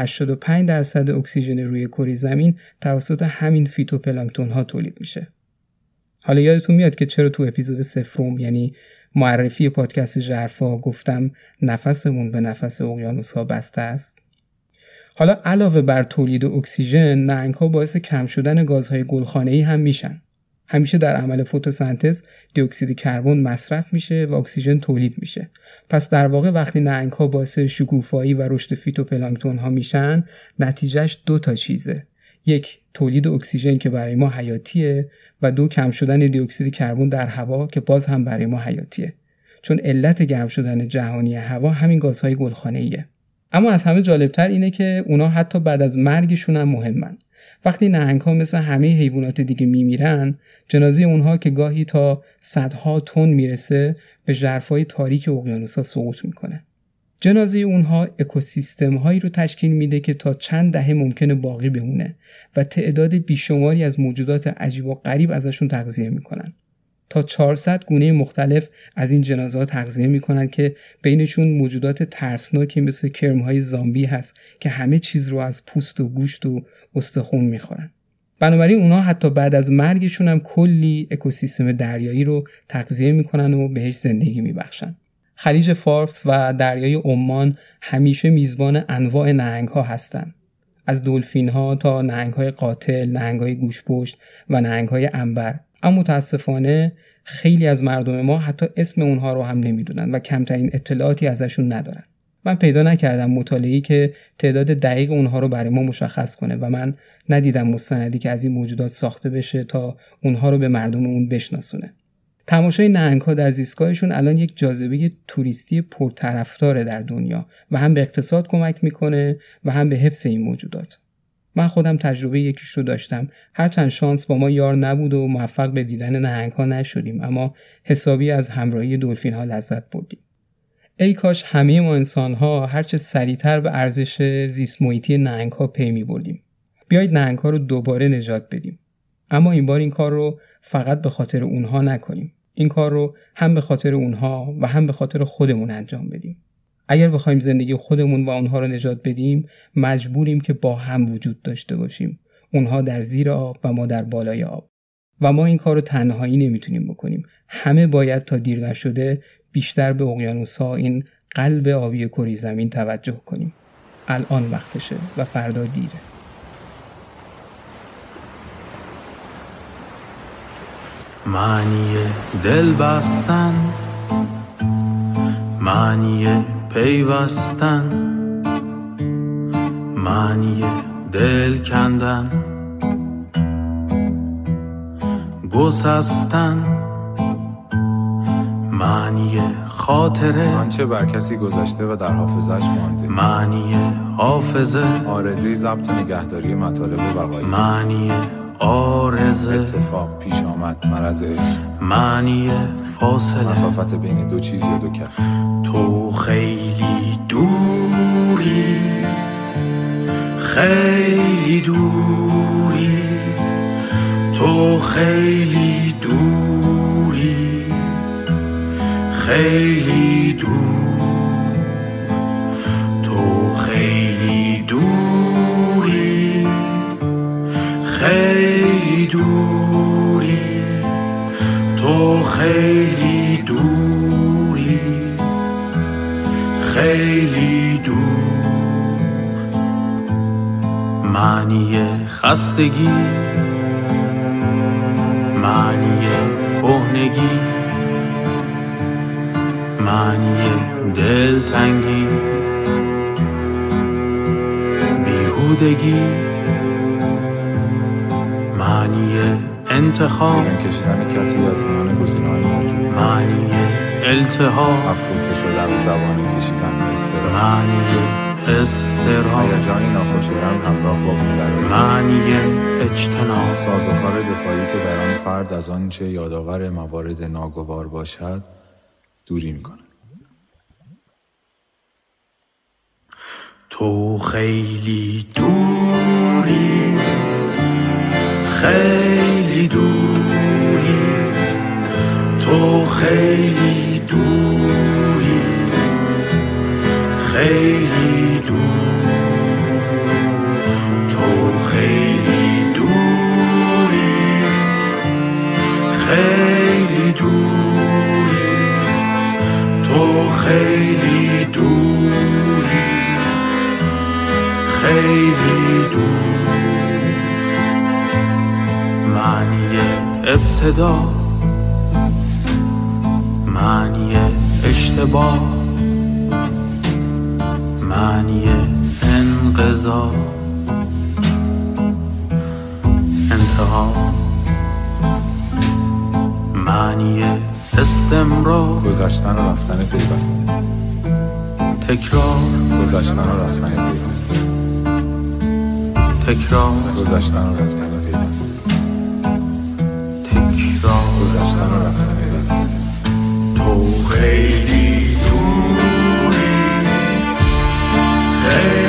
85% اکسیژن روی کره زمین توسط همین فیتوپلانکتون ها تولید میشه. حالا یادتون میاد که چرا تو اپیزود 0 یعنی معرفی پادکست ژرفا گفتم نفسمون به نفس اقیانوس‌ها بسته است؟ حالا علاوه بر تولید اکسیژن، نهنگ‌ها باعث کم شدن گازهای گلخانه‌ای هم میشن. همیشه در عمل فتوسنتز دی اکسید کربن مصرف میشه و اکسیژن تولید میشه. پس در واقع وقتی نهنگ‌ها باعث شکوفایی و رشد فیتوپلانکتون ها میشن، نتیجهش 2 تا چیزه. 1. تولید اکسیژن که برای ما حیاتیه و 2. کم شدن دی اکسید کربن در هوا که باز هم برای ما حیاتیه. چون علت گرم شدن جهانی هوا همین گازهای گلخانه‌ایه. اما از همه جالبتر اینه که اونا حتی بعد از مرگشون هم مهمن. وقتی نهنگ‌ها مثل همه حیوانات دیگه میمیرن، جنازه اونها که گاهی تا صدها تن میرسه به ژرفای تاریک اقیانوس‌ها سقوط میکنه. جنازه اونها اکوسیستم هایی رو تشکیل میده که تا چند دهه ممکنه باقی بمونه و تعداد بیشماری از موجودات عجیب و غریب ازشون تغذیه میکنن. تا 400 گونه مختلف از این جنازه ها تغذیه میکنن که بینشون موجودات ترسناکی مثل کرم‌های زامبی هست که همه چیز رو از پوست و گوشت و استخوان میخورن. بنابراین اونا حتی بعد از مرگشون هم کلی اکوسیستم دریایی رو تغذیه میکنن و بهش زندگی میبخشن. خلیج فارس و دریای عمان همیشه میزبان انواع نهنگ‌ها هستن. از دلفین‌ها تا نهنگ‌های قاتل، نهنگ‌های گوشت‌پشت و نهنگ‌های عنبر. اما متاسفانه خیلی از مردم ما حتی اسم اونها رو هم نمیدونن و کمترین اطلاعاتی ازشون ندارن. من پیدا نکردم مطالعه‌ای که تعداد دقیق اونها رو برای ما مشخص کنه و من ندیدم مستندی که از این موجودات ساخته بشه تا اونها رو به مردم اون بشناسونه. تماشای نهنگ‌ها در زیستگاهشون الان یک جاذبه توریستی پرطرفدار در دنیا و هم به اقتصاد کمک میکنه و هم به حفظ این موجودات. من خودم تجربه یکیش رو داشتم، هرچند شانس با ما یار نبود و موفق به دیدن نهنگ‌ها نشدیم، اما حسابی از همراهی دلفین‌ها لذت بردیم. ای کاش همه ما انسان‌ها هرچه سریعتر به ارزش زیست محیطی نهنگ‌ها پی می‌بردیم. بیایید نهنگ‌ها رو دوباره نجات بدیم. اما این بار این کار رو فقط به خاطر اونها نکنیم. این کار رو هم به خاطر اونها و هم به خاطر خودمون انجام بدیم. اگر بخوایم زندگی خودمون و اونها رو نجات بدیم، مجبوریم که با هم وجود داشته باشیم. اونها در زیر آب و ما در بالای آب. و ما این کار رو تنهایی نمیتونیم بکنیم. همه باید تا دیر نشده بیشتر به اقیانوس‌ها، این قلب آبی کره زمین توجه کنیم. الان وقتشه و فردا دیره. معنی دل بستن، معنی پیوستن، معنی دل کندن، گسستن، معنی خاطره آنچه بر کسی گذشته و در حافظش مانده، معنی حافظه آرزوی ضبط و نگهداری مطالب و وقایع، معنی آرزه اتفاق پیش آمد، مرض عشق، معنی فاصله، مسافت بین دو چیز یا دو کس. تو خیلی دوری، خیلی دوری، تو خیلی دوری، خیلی دور، تو خیلی دوری، خیلی دوری، تو خیلی دوری، خیلی دور. معنی خستگی، معنی کهنگی، معنی دلتنگی، بیهودگی، معنی انتخاب، بیرون کشیدن کسی از میان گزینه‌های موجود، معنی التهاب، افروخته شدن، زبانه کشیدن، استراحت، معنی استراحت، هیجانی ناخوشایند همراه با بی‌قراری، معنی اجتناب، سازوکار دفاعی که در آن فرد از آنچه یادآور موارد ناگوار باشد دوری می‌کند. تو خیلی دوری، خیلی دوری، تو خیلی دوری، خیلی دور، تو خیلی دوری، خیلی دوری، تو خیلی دوری، خیلی دور. معنی ابتدا، معنی اشتباه، معنی انقضا، انتها، معنی استمرار، گذشتن و رفتن پیوسته، تکرار، گذشتن و رفتن پیوسته، تکرار، گذشتن و رفتن پیوسته، تکرار، گذشتن و رفتن پیوسته. تو خیلی دوری، خیلی